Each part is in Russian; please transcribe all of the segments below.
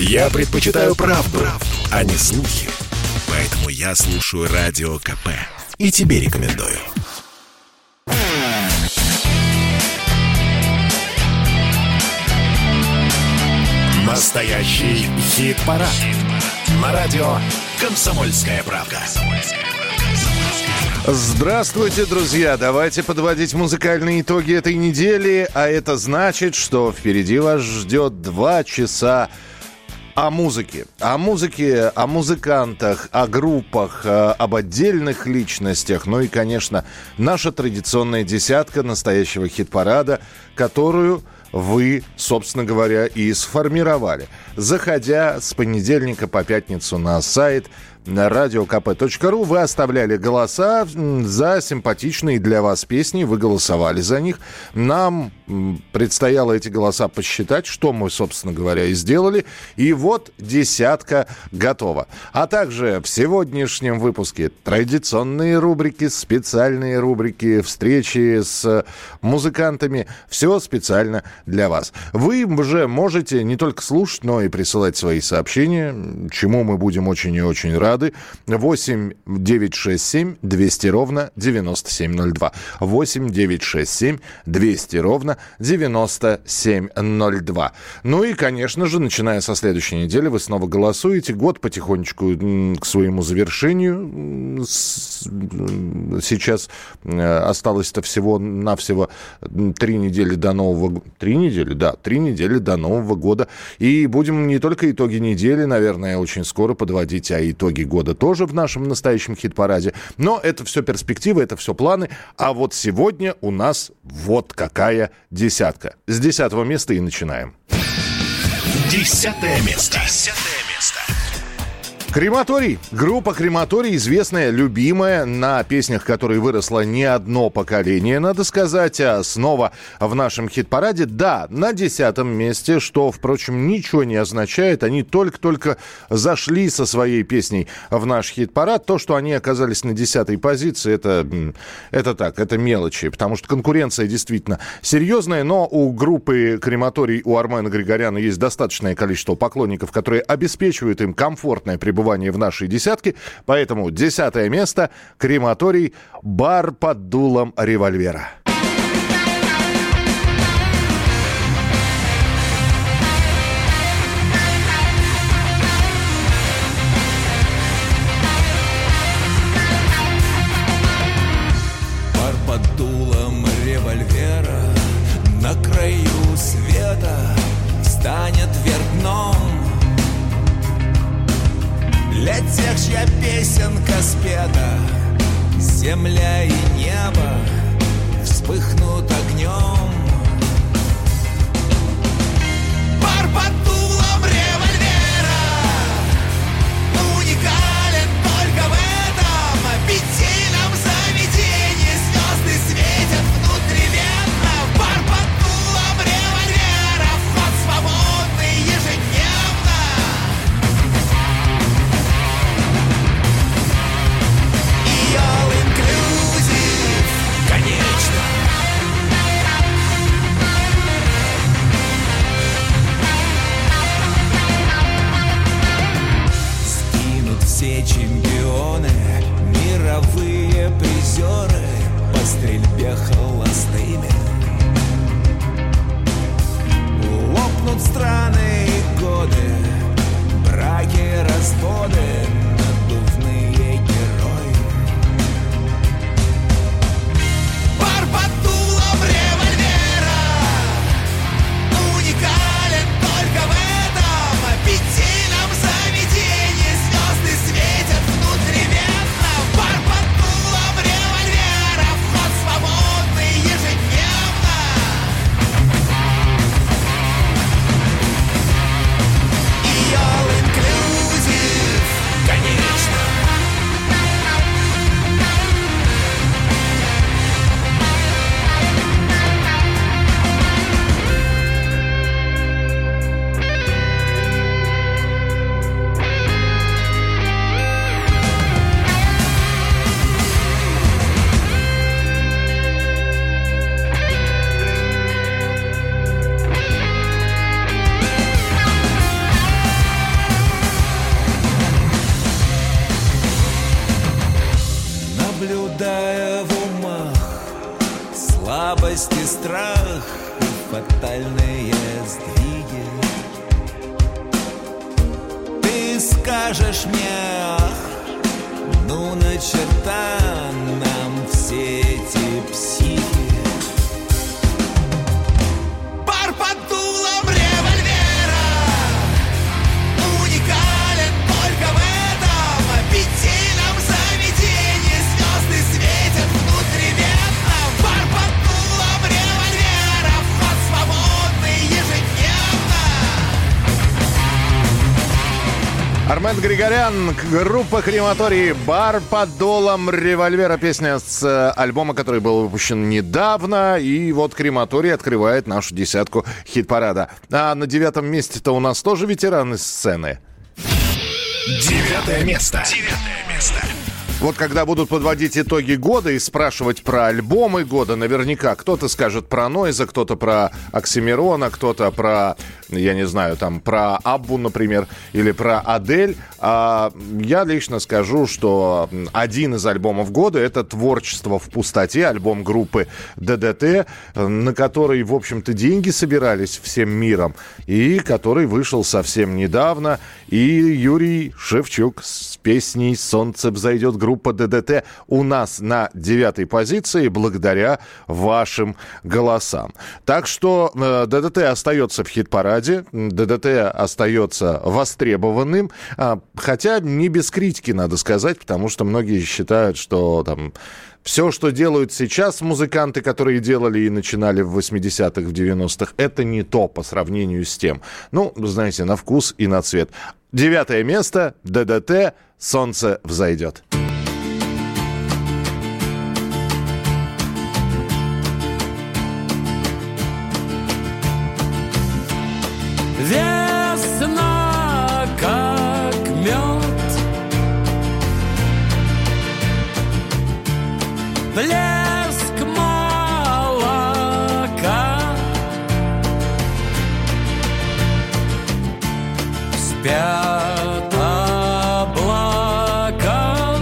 Я предпочитаю правду, а не слухи. Поэтому я слушаю Радио КП. И тебе рекомендую. Настоящий хит-парад. На радио «Комсомольская правда». Здравствуйте, друзья! Давайте подводить музыкальные итоги этой недели. А это значит, что впереди вас ждет 2 часа о музыке. О музыке, о музыкантах, о группах, об отдельных личностях. Ну и, конечно, наша традиционная десятка настоящего хит-парада, которую вы, собственно говоря, и сформировали. Заходя с понедельника по пятницу на сайт radiokp.ru, вы оставляли голоса за симпатичные для вас песни, вы голосовали за них. Нам предстояло эти голоса посчитать, что мы, собственно говоря, и сделали. И вот десятка готова. А также в сегодняшнем выпуске традиционные рубрики, специальные рубрики, встречи с музыкантами. Все специально для вас. Вы уже можете не только слушать, но и присылать свои сообщения, чему мы будем очень и очень рады. 8 967 200 ровно 9702. 8 967 200 ровно 9702. Ну и, конечно же, начиная со следующей недели, вы снова голосуете. Год потихонечку к своему завершению. Сейчас осталось-то всего-навсего 3 недели до Нового... 3 недели? Да, 3 недели до Нового года. И будем не только итоги недели, наверное, очень скоро подводить, а итоги года тоже в нашем настоящем хит-параде. Но это все перспективы, это все планы. А вот сегодня у нас вот какая десятка. С 10-го места и начинаем. 10-е место. Крематорий. Группа Крематорий, известная, любимая, на песнях, которые выросло не одно поколение, надо сказать, а снова в нашем хит-параде. Да, на 10-м месте, что, впрочем, ничего не означает. Они только-только зашли со своей песней в наш хит-парад. То, что они оказались на 10-й позиции, это так, это мелочи, потому что конкуренция действительно серьезная, но у группы Крематорий, у Армена Григоряна есть достаточное количество поклонников, которые обеспечивают им комфортное пребывание в нашей десятке. Поэтому 10-е место. Крематорий. «Бар под дулом револьвера». Бар под дулом револьвера на краю света встанет вверх дном. Для тех, чья песенка спета, земля и небо вспыхнут огнем. Бар под дулом револьвера уникален только в этом питейном заведении. Звезды светят внутривенно. Бар под дулом револьвера, вход свободный ежедневно. All inclusive, конечно. злость и страх, фатальные сдвиги. Ты скажешь мне, ах, ну на черта нам все эти психи. Бар под дулом револьвера уникален только в этом питейном заведении. Звезды светят внутривенно. Бар под дулом револьвера, вход свободный ежедневно. Армен Григорян, группа «Крематорий», «Бар под дулом револьвера». Песня с альбома, который был выпущен недавно. И вот «Крематорий» открывает нашу десятку хит-парада. А на 9-м месте-то у нас тоже ветераны сцены. 9 место. 9 место. Вот когда будут подводить итоги года и спрашивать про альбомы года, наверняка кто-то скажет про Нойза, кто-то про Оксимирона, кто-то про, я не знаю, там, про Аббу, например, или про Адель. А я лично скажу, что один из альбомов года — это «Творчество в пустоте», альбом группы ДДТ, на который, в общем-то, деньги собирались всем миром, и который вышел совсем недавно. И Юрий Шевчук с песней «Солнце взойдет», группа ДДТ, у нас на 9-й позиции благодаря вашим голосам. Так что ДДТ остается в хит-параде, ДДТ остается востребованным, хотя не без критики, надо сказать, потому что многие считают, что там все, что делают сейчас музыканты, которые делали и начинали в 80-х, в 90-х, это не то по сравнению с тем. Ну, знаете, на вкус и на цвет. 9 место, ДДТ, «Солнце взойдет». Весна, как мед, блеск молока, спят облака,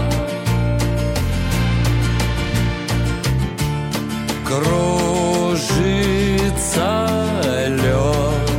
кружится лед.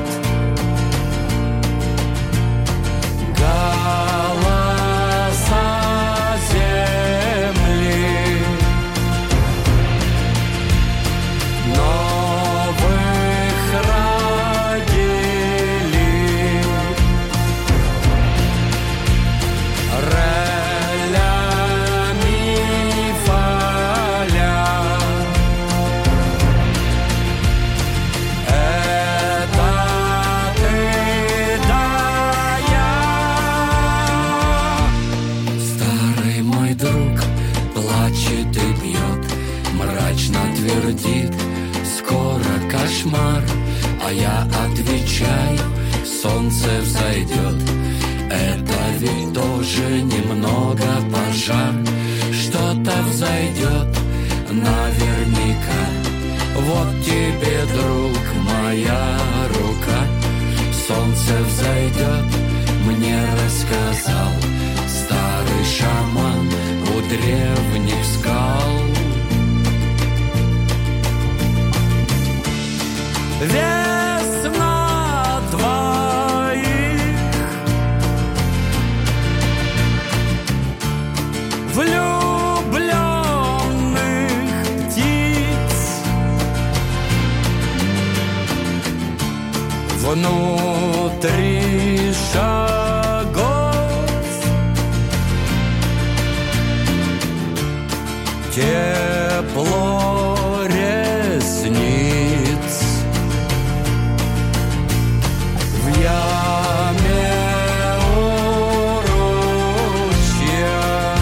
Скоро кошмар, а я отвечаю, солнце взойдет. Это ведь тоже немного пожар, что-то взойдет наверняка. Вот тебе, друг, моя рука. Солнце взойдет, мне рассказал старый шаман у древних скал. Весна двоих влюбленных птиц внутри шагов тепло ресниц. В яме у ручья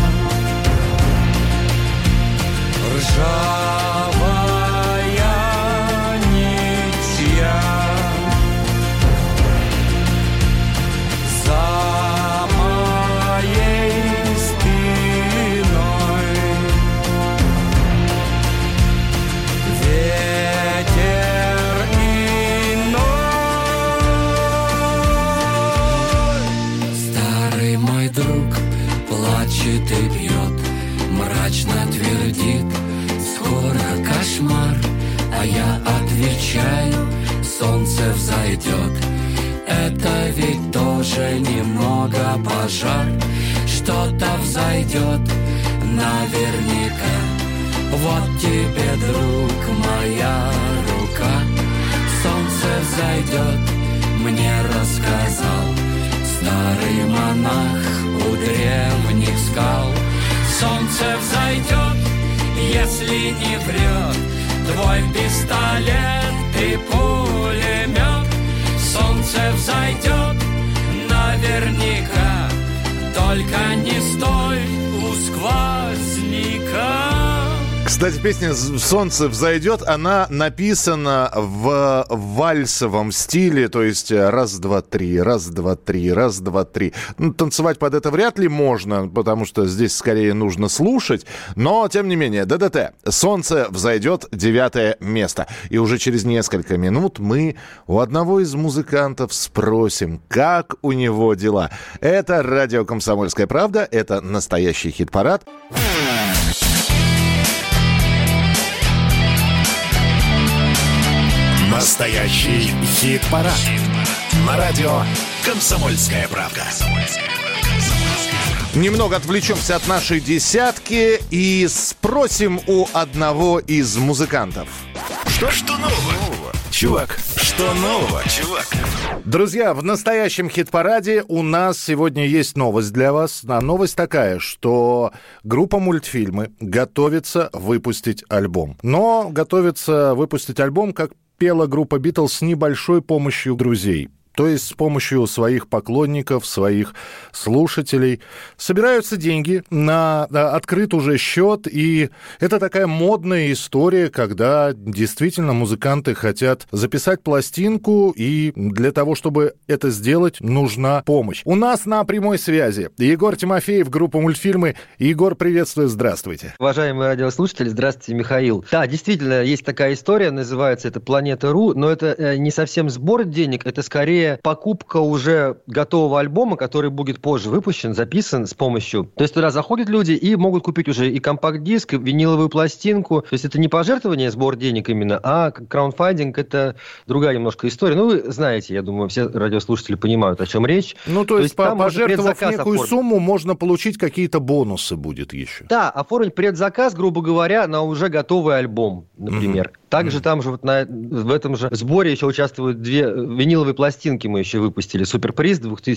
ржавая нитья. За моей спиной ведь тоже немного пожар. Что-то взойдет наверняка. Вот тебе, друг, моя рука. Солнце взойдет, мне рассказал старый монах у древних скал. Солнце взойдет, если не врет твой пистолет и пулемет. Солнце взойдет наверняка, только не стой у сквозняка. Кстати, песня «Солнце взойдет», она написана в вальсовом стиле, то есть раз, два, три, раз, два, три, раз, два, три. Ну, танцевать под это вряд ли можно, потому что здесь скорее нужно слушать, но, тем не менее, ДДТ. «Солнце взойдет», 9 место. И уже через несколько минут мы у одного из музыкантов спросим, как у него дела. Это радио «Комсомольская правда», это настоящий хит-парад. Настоящий хит-парад. На радио «Комсомольская правда». Немного отвлечемся от нашей десятки и спросим у одного из музыкантов. Что нового, чувак? Что нового, чувак? Друзья, в настоящем хит-параде у нас сегодня есть новость для вас. А новость такая, что группа «Мультфильмы» готовится выпустить альбом. Но готовится выпустить альбом, как пела группа «Битлз», с небольшой помощью друзей. То есть с помощью своих поклонников, своих слушателей. Собираются деньги на открыт уже счет, и это такая модная история, когда действительно музыканты хотят записать пластинку, и для того, чтобы это сделать, нужна помощь. У нас на прямой связи Егор Тимофеев, группа «Мультфильмы». Егор, приветствую, здравствуйте. Уважаемые радиослушатели, здравствуйте, Михаил. Да, действительно, есть такая история, называется это «Планета.ру», но это не совсем сбор денег, это скорее покупка уже готового альбома, который будет позже выпущен, записан с помощью. То есть туда заходят люди и могут купить уже и компакт-диск, и виниловую пластинку. То есть это не пожертвование, сбор денег именно, а краундфандинг — это другая немножко история. Ну, вы знаете, я думаю, все радиослушатели понимают, о чем речь. Ну, то есть пожертвовав некую сумму, можно получить какие-то бонусы будет еще. Да, оформить предзаказ, грубо говоря, на уже готовый альбом, например. Также там же в этом же сборе еще участвуют 2 виниловые пластинки, мы еще выпустили. «Суперприз»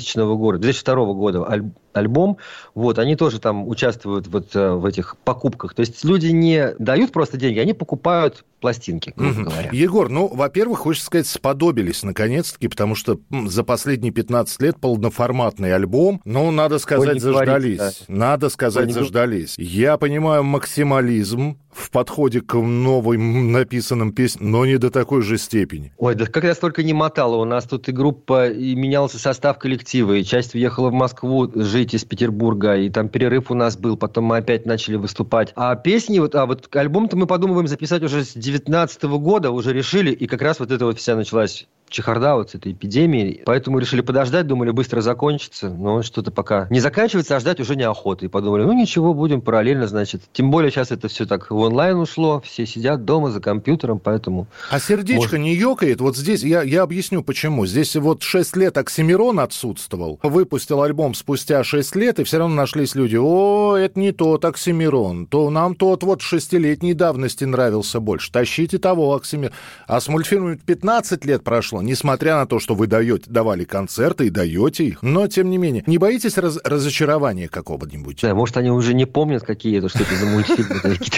2002 года альбом. Вот, они тоже там участвуют вот в этих покупках. То есть люди не дают просто деньги, они покупают пластинки, грубо говоря. Егор, ну, во-первых, хочется сказать, сподобились наконец-таки, потому что за последние 15 лет полноформатный альбом, ну, надо сказать, заждались. Да. Надо сказать, заждались. Я понимаю максимализм в подходе к новым написанным песням, но не до такой же степени. Ой, да как я столько не мотала. У нас тут и группа, и менялся состав коллектива, и часть уехала в Москву жить из Петербурга, и там перерыв у нас был, потом мы опять начали выступать. А песни, вот альбом-то мы подумываем записать уже с 2019 года, уже решили, и как раз вот это вот вся началась чехарда вот с этой эпидемией. Поэтому решили подождать, думали, быстро закончится. Но что-то пока не заканчивается, а ждать уже неохота. И подумали, ну ничего, будем параллельно, значит. Тем более сейчас это все так в онлайн ушло, все сидят дома за компьютером, поэтому... А сердечко не ёкает? Вот здесь я объясню, почему. Здесь вот 6 лет Оксимирон отсутствовал, выпустил альбом спустя 6 лет, и все равно нашлись люди, о, это не тот Оксимирон, то нам тот вот 6-летней давности нравился больше. Тащите того Оксимирона. А с мультфильмами 15 лет прошло, несмотря на то, что вы давали концерты и даете их. Но, тем не менее, не боитесь разочарования какого-нибудь? Да, может, они уже не помнят, какие это, что это за мультфильмы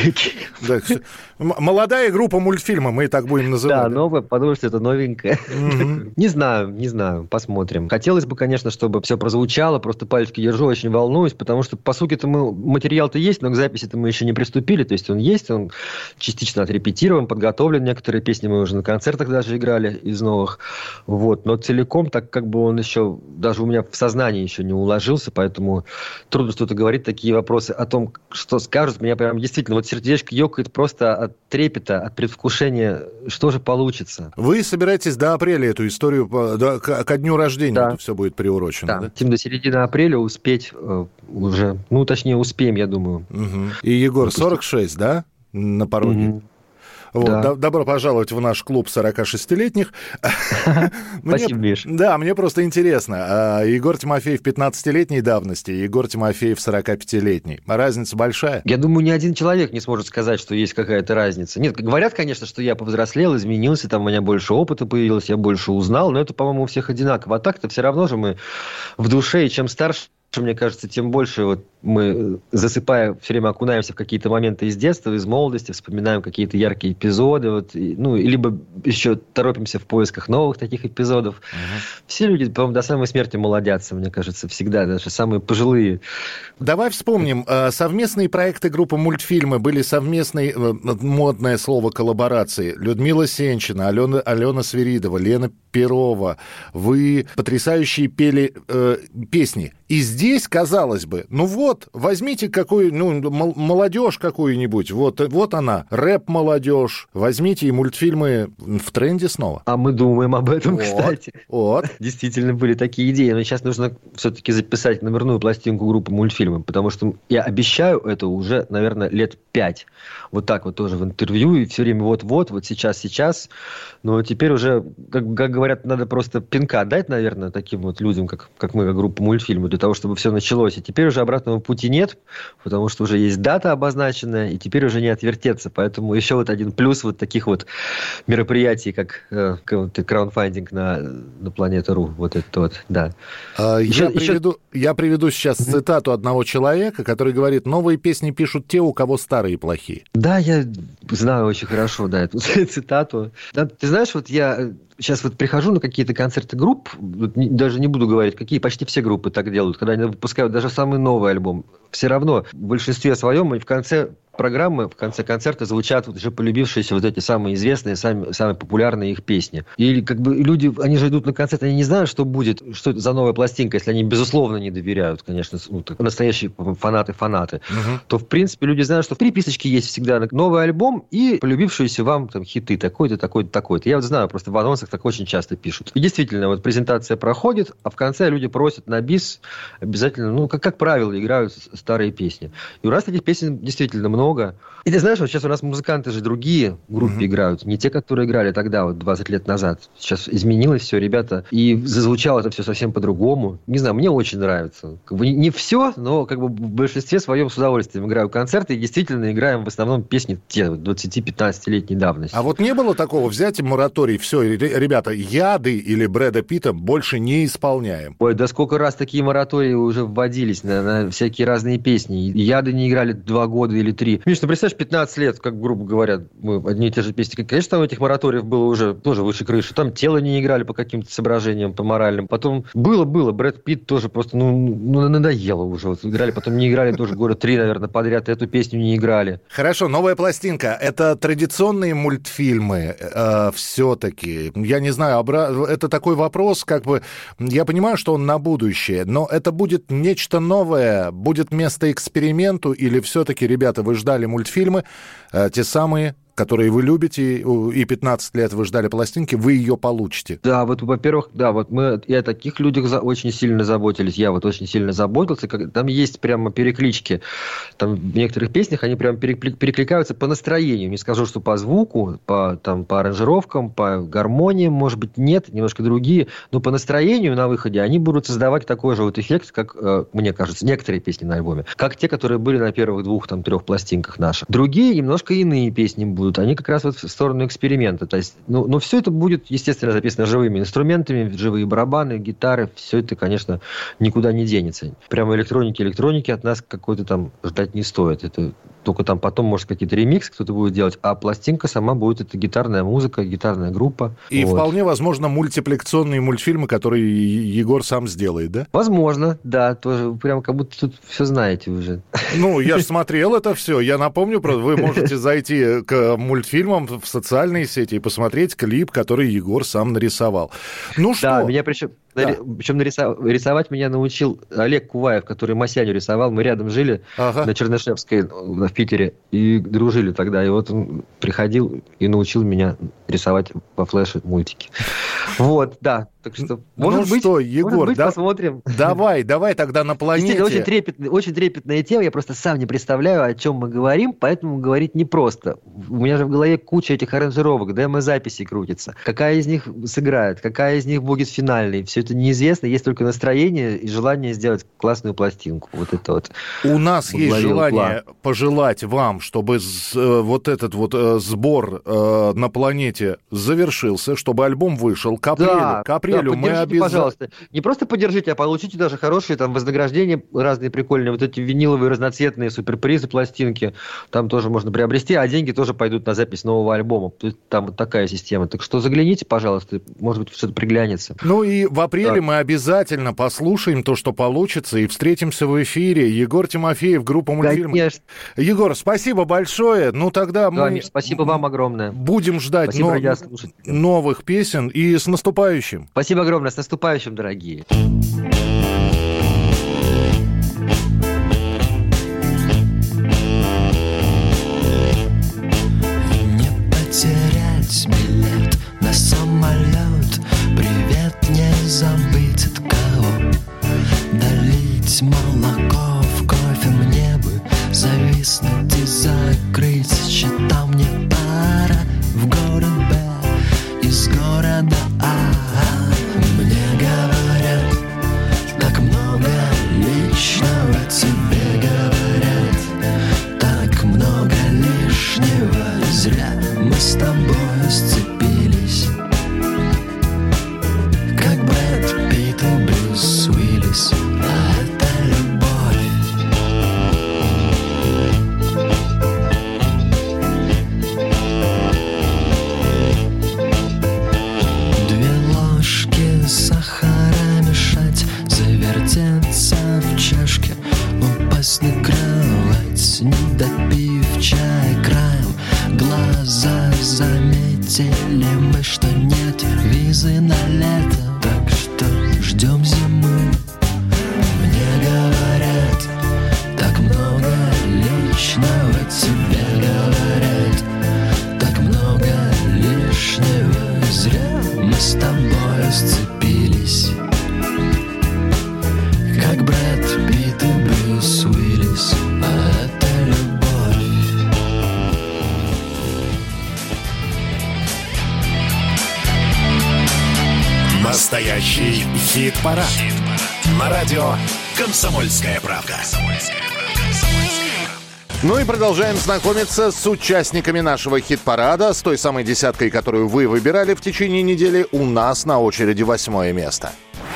такие. Молодая группа «Мультфильмы», мы и так будем называть. Да, новая, потому что это новенькая. Не знаю, посмотрим. Хотелось бы, конечно, чтобы все прозвучало, просто пальчики держу, очень волнуюсь, потому что, по сути-то, материал-то есть, но к записи-то мы еще не приступили, то есть он есть, он частично отрепетирован, подготовлен, некоторые песни мы уже на концертах даже играли из новых. Вот. Но целиком, так как бы он еще, даже у меня в сознании еще не уложился, поэтому трудно что-то говорить, такие вопросы о том, что скажут. Меня прям действительно, вот сердечко ёкает просто от трепета, от предвкушения, что же получится. Вы собираетесь до апреля эту историю, ко дню рождения это все будет приурочено, да? Тем до середины апреля успеть уже, ну, точнее, успеем, я думаю. И, Егор, 46, да, на пороге? Вот, Да. добро пожаловать в наш клуб 46-летних. Спасибо, Миш. Да, мне просто интересно. Егор Тимофеев 15-летней давности, Егор Тимофеев 45-летний. Разница большая? Я думаю, ни один человек не сможет сказать, что есть какая-то разница. Нет, говорят, конечно, что я повзрослел, изменился, там у меня больше опыта появилось, я больше узнал, но это, по-моему, у всех одинаково. А так-то все равно же мы в душе, и чем старше, мне кажется, тем больше вот мы, засыпая, все время окунаемся в какие-то моменты из детства, из молодости, вспоминаем какие-то яркие эпизоды, вот, ну, либо еще торопимся в поисках новых таких эпизодов. Все люди, по-моему, до самой смерти молодятся, мне кажется, всегда, даже самые пожилые. Давай вспомним. Совместные проекты группы «Мультфильмы» были совместные, модное слово, коллаборации. Людмила Сенчина, Алена Свиридова, Лена Перова. Вы потрясающие пели песни. И здесь, казалось бы, ну вот, возьмите молодежь какую-нибудь, вот она, рэп-молодежь, возьмите и мультфильмы в тренде снова. А мы думаем об этом, кстати. Вот. Действительно были такие идеи, но сейчас нужно все-таки записать номерную пластинку группы «Мультфильмы», потому что я обещаю это уже, наверное, лет 5. Вот так вот тоже в интервью, и все время вот сейчас. Но теперь уже, как говорят, надо просто пинка дать, наверное, таким вот людям, как мы, как группа «Мультфильмы», для того, чтобы все началось. И теперь уже обратного пути нет, потому что уже есть дата обозначенная, и теперь уже не отвертеться. Поэтому еще вот один плюс вот таких вот мероприятий, как краундфандинг на Планета.ру. Вот это вот, да. Я приведу сейчас цитату одного человека, который говорит: новые песни пишут те, у кого старые плохие. Да, я знаю очень хорошо, да, эту цитату. Да, ты знаешь, вот я сейчас вот прихожу на какие-то концерты групп, даже не буду говорить, какие, почти все группы так делают, когда они выпускают даже самый новый альбом. Все равно в большинстве своем и в конце программы, в конце концерта звучат уже полюбившиеся вот эти самые известные, самые популярные их песни. И как бы люди, они же идут на концерт, они не знают, что будет, что это за новая пластинка, если они, безусловно, не доверяют, конечно, настоящие фанаты, то, в принципе, люди знают, что в приписочке есть всегда новый альбом и полюбившиеся вам там хиты, такой-то, такой-то, такой-то. Я вот знаю, просто в анонсах так очень часто пишут. И действительно, вот презентация проходит, а в конце люди просят на бис обязательно, ну, как правило, играют старые песни. И у нас таких песен действительно много. И ты знаешь, вот сейчас у нас музыканты же другие в группе играют, не те, которые играли тогда, вот 20 лет назад. Сейчас изменилось все, ребята, и зазвучало это все совсем по-другому. Не знаю, мне очень нравится. Как бы не все, но как бы в большинстве своем с удовольствием играю концерты и действительно играем в основном песни те 20-15-летней давности. А вот не было такого, взять мораторий, все, ребята, Яды или Брэда Питта больше не исполняем? Ой, да сколько раз такие моратории уже вводились на всякие разные песни. И Яды не играли 2 года или 3. Миш, ну представляешь, 15 лет, как грубо говоря, мы одни и те же песни. Конечно, там этих мораториев было уже тоже выше крыши. Там тело не играли по каким-то соображениям, по моральным. Потом было. Брэд Питт тоже просто, надоело уже. Вот играли, потом не играли тоже года 3, наверное, подряд. Эту песню не играли. Хорошо, новая пластинка. Это традиционные мультфильмы все-таки. Я не знаю, это такой вопрос, как бы... Я понимаю, что он на будущее, но это будет нечто новое, будет место эксперименту, или все-таки, ребята, вы ждали мультфильмы, те самые, которые вы любите, и 15 лет вы ждали пластинки, вы ее получите. Да, вот, во-первых, да, вот мы и о таких людях очень сильно заботились. Я вот очень сильно заботился. Там есть прямо переклички. Там в некоторых песнях они прямо перекликаются по настроению. Не скажу, что по звуку, по аранжировкам, по гармониям, может быть, нет, немножко другие. Но по настроению на выходе они будут создавать такой же вот эффект, как, мне кажется, некоторые песни на альбоме. Как те, которые были на первых 2-3 пластинках наших. Другие, немножко иные песни будут. Они как раз вот в сторону эксперимента. То есть, но все это будет, естественно, записано живыми инструментами, живые барабаны, гитары. Все это, конечно, никуда не денется. Прямо электроники от нас какой-то там ждать не стоит. Это только там потом, может, какие-то ремиксы кто-то будет делать, а пластинка сама будет, это гитарная музыка, гитарная группа. И вполне возможно мультипликационные мультфильмы, которые Егор сам сделает, да? Возможно, да, тоже прям как будто тут все знаете уже. Ну, я же смотрел это все. Я напомню, вы можете зайти к мультфильмам в социальные сети и посмотреть клип, который Егор сам нарисовал. Ну что? Да, меня причем рисовать меня научил Олег Куваев, который Масяню рисовал. Мы рядом жили на Чернышевской в Питере и дружили тогда. И вот он приходил и научил меня рисовать по флеше мультики. Вот, да. Так что, может быть, Егор, посмотрим. Давай тогда на планете. Очень трепетная тема, я просто сам не представляю, о чем мы говорим, поэтому говорить непросто. У меня же в голове куча этих аранжировок, демо-записей крутится. Какая из них сыграет, какая из них будет финальной, все это неизвестно, есть только настроение и желание сделать классную пластинку. Вот это вот. У нас есть желание пожелать вам, чтобы вот этот вот сбор на планете завершился, чтобы альбом вышел к апрелю. Мы обязательно... Пожалуйста, не просто поддержите, а получите даже хорошие там вознаграждения, разные прикольные, вот эти виниловые разноцветные суперпризы, пластинки, там тоже можно приобрести, а деньги тоже пойдут на запись нового альбома. То есть там вот такая система. Так что загляните, пожалуйста, может быть, что-то приглянется. Ну и в апреле мы обязательно послушаем то, что получится, и встретимся в эфире. Егор Тимофеев, группа «Мультфильм». Конечно. Егор, спасибо большое. Ну тогда мы... Миш, спасибо вам огромное. Будем ждать новых песен, и с наступающим. Спасибо огромное, с наступающим, дорогие. Не потерять билет на самолет, привет не забыть от кого, долить молоко в кофе мне бы, зависнуть и закрыть счета мне пора в город Б из города А. Мне говорят, так много личного тебе говорят, так много лишнего, зря мы с тобой сцепились, как Брэд Питт и Брюс Уиллис. А это любовь. Две ложки сахара мешать, завертеться в чашке, упасть на кровать, не допив чай краем глаза, заметили мы, что нет визы на лето, так что ждем зимы. Мне говорят, так много личного тебе говорят, так много лишнего, зря мы с тобой сцепились, как Брэд Питт и Брюс Уиллис. А это любовь. Настоящий хит-парад. На радио «Комсомольская правда». Ну и продолжаем знакомиться с участниками нашего хит-парада, с той самой десяткой, которую вы выбирали в течение недели. У нас на очереди 8 место.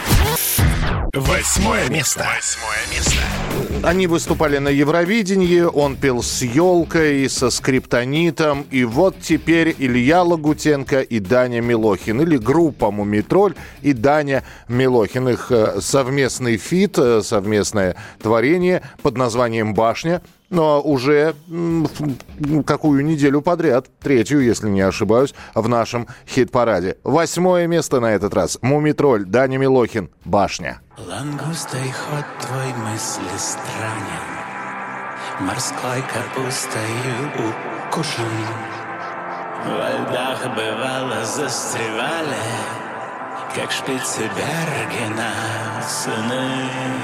8 место. Они выступали на Евровидении, он пел с «Елкой», со «Скриптонитом», и вот теперь Илья Лагутенко и Даня Милохин, или группа «Мумитроль» и Даня Милохин. Их совместный фит, совместное творение под названием «Башня». Но уже какую неделю подряд, третью, если не ошибаюсь, в нашем хит-параде. 8 место на этот раз. «Мумитроль», Даня Милохин, «Башня». Лангустой ход твой мысли странен, морской капустою укушен. Во льдах бывало застревали, как Шпицбергена сыны.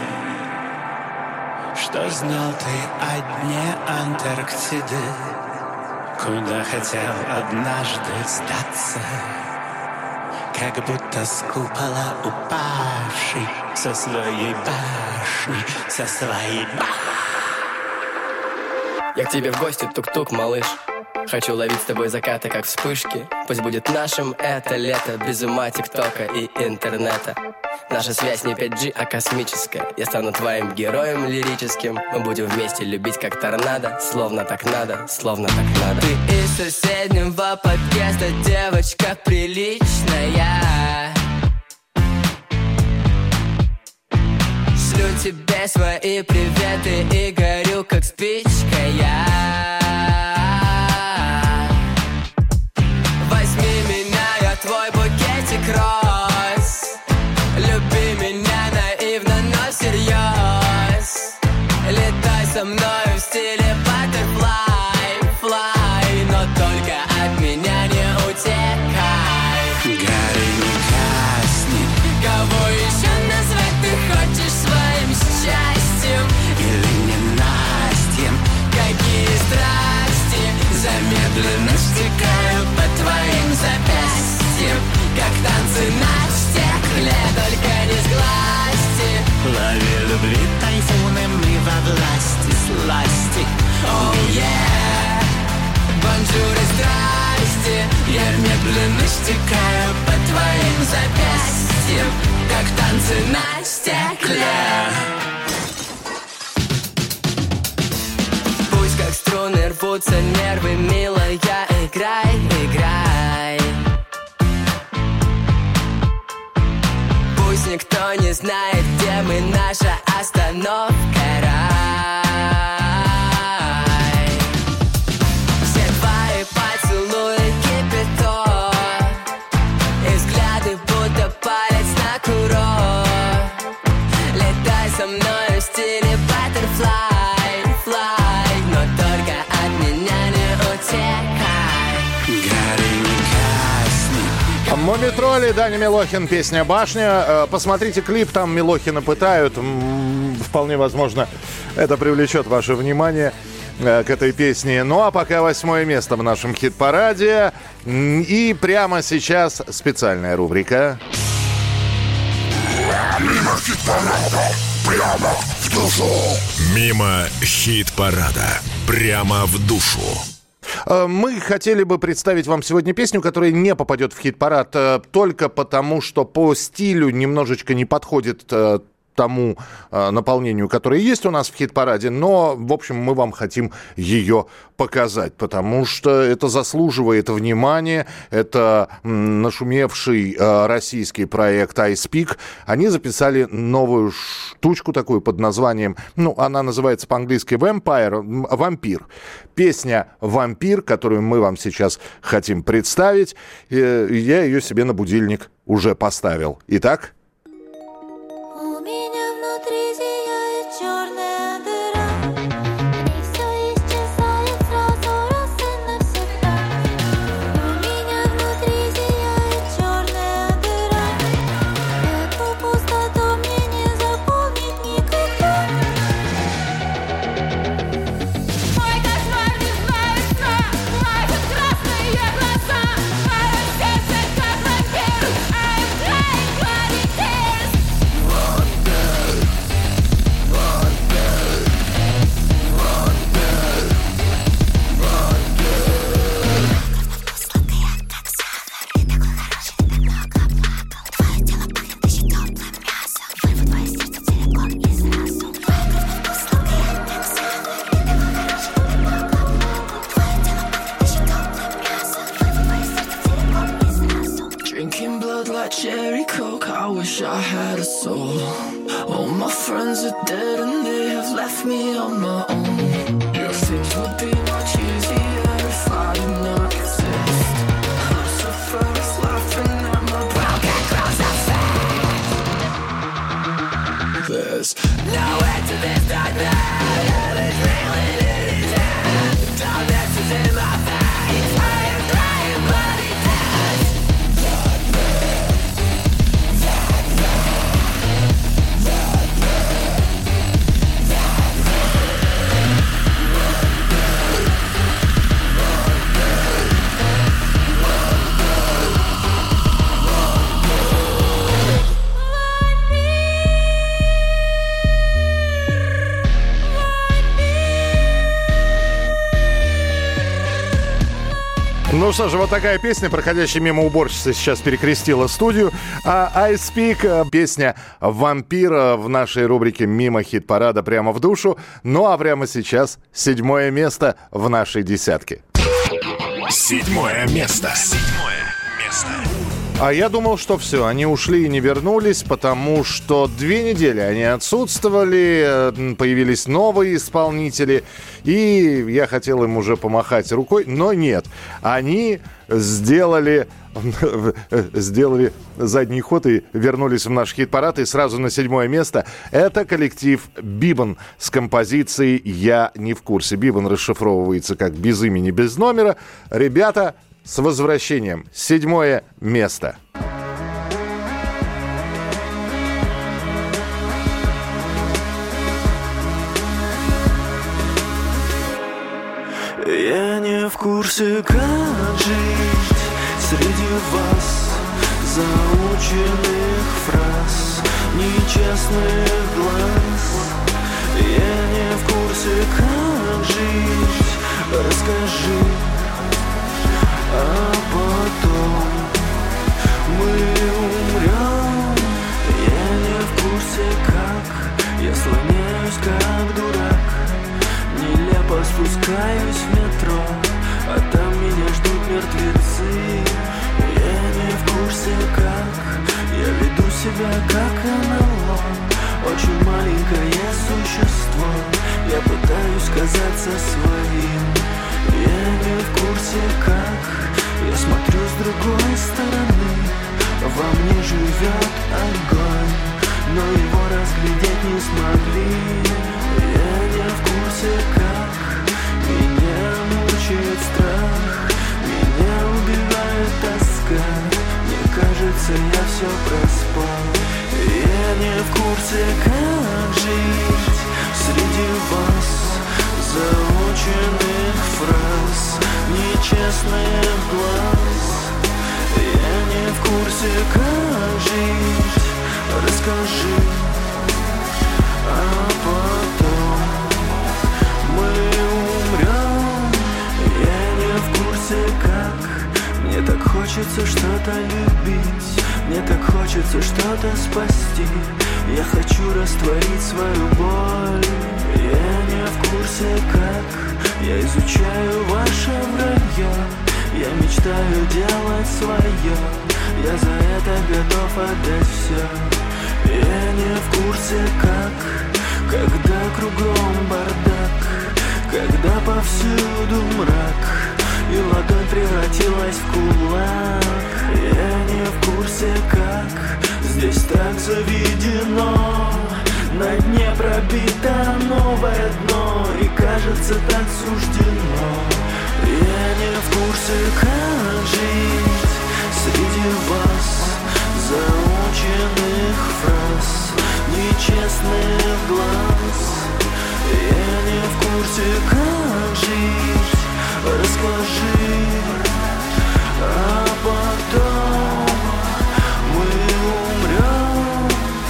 Что знал ты о дне Антарктиды, куда хотел однажды сдаться, как будто с купола упавший со своей башни, со своей башни. Я к тебе в гости, тук-тук, малыш. Хочу ловить с тобой закаты, как вспышки. Пусть будет нашим это лето, без ума тиктока и интернета. Наша связь не 5G, а космическая. Я стану твоим героем лирическим. Мы будем вместе любить, как торнадо. Словно так надо, словно так надо. Ты из соседнего подъезда, девочка приличная. Шлю тебе свои приветы и горю, как спичка я. Возьми меня, я твой букетик роз. Люби меня наивно, но всерьез. Летай со мной в стиле butterfly, fly, но только от меня не утекай. Гори не гаснет, рвутся нервы, милая, играй, играй. Пусть никто не знает, где мы, наша остановка, рай. Все твои поцелуи кипяток, и взгляды будто палец на курок. Летай со мной в стиле баттерфлай, флай, но только от меня не утекай. Гори не касни. Мумитроли, Даня Милохин, песня «Башня». Посмотрите клип, там Милохина пытают. Вполне возможно, это привлечет ваше внимание к этой песне. Ну а пока 8 место в нашем хит-параде. И прямо сейчас специальная рубрика. Мимо хит-парада, прямо в душу. Мимо хит-парада, прямо в душу. Мы хотели бы представить вам сегодня песню, которая не попадет в хит-парад только потому, что по стилю немножечко не подходит тому наполнению, которое есть у нас в хит-параде, но, в общем, мы вам хотим ее показать, потому что это заслуживает внимания. Это нашумевший российский проект iSpeak. Они записали новую штучку такую под названием, она называется по-английски Vampire, «Вампир». Песня «Вампир», которую мы вам сейчас хотим представить. Я ее себе на будильник уже поставил. Итак... Cherry Coke, I wish I had a soul. All my friends are dead and they have left me on my own. Yeah, things would be much easier if I did not exist. Lucifer is laughing at my broken cross of faith. There's no end to this darkness. Hell is reeling in his head. The darkness is in my face. I am crying bloody death. Ну что же, вот такая песня, проходящая мимо уборщицы, сейчас перекрестила студию. iSpeak, песня «Вампира» в нашей рубрике «Мимо хит-парада» прямо в душу. Ну а прямо сейчас 7 место в нашей десятке. 7 место. 7 место. А я думал, что все, они ушли и не вернулись, потому что 2 недели они отсутствовали, появились новые исполнители, и я хотел им уже помахать рукой, но нет. Они сделали задний ход и вернулись в наш хит-парад, и сразу на 7 место. Это коллектив Бибан с композицией «Я не в курсе». Бибан расшифровывается как «без имени, без номера». Ребята, с возвращением. 7 место. Я не в курсе, как жить среди вас, заученных фраз, нечестных глаз. Я не в курсе, как жить, расскажи. А потом мы умрем. Я не в курсе, как я слоняюсь, как дурак. Нелепо спускаюсь в метро. мертвецы. Я не в курсе, как я веду себя, как НЛО. Очень маленькое существо, я пытаюсь казаться своим. Я не в курсе, как я смотрю с другой стороны. Во мне живет огонь, но его разглядеть не смогли. Я не в курсе, как меня мучает страх, меня убивает тоска. Мне кажется, я все проспал. Я не в курсе, как жить среди вас, заученных фраз, нечестных глаз. Я не в курсе, как жить, расскажи, а потом мы умрем. Я не в курсе, как мне так хочется что-то любить, мне так хочется что-то спасти. Я хочу растворить свою боль. Я не в курсе, как я изучаю ваше вранье. Я мечтаю делать свое, я за это готов отдать все. Я не в курсе, как, когда кругом бардак, когда повсюду мрак, и ладонь превратилась в кулак. Я не в курсе, как здесь так заведено, на дне пробито новое дно, и кажется, так суждено. Я не в курсе, как жить среди вас, заученных фраз, нечестных глаз. Я не в курсе, как жить, расскажи, а потом мы умрем.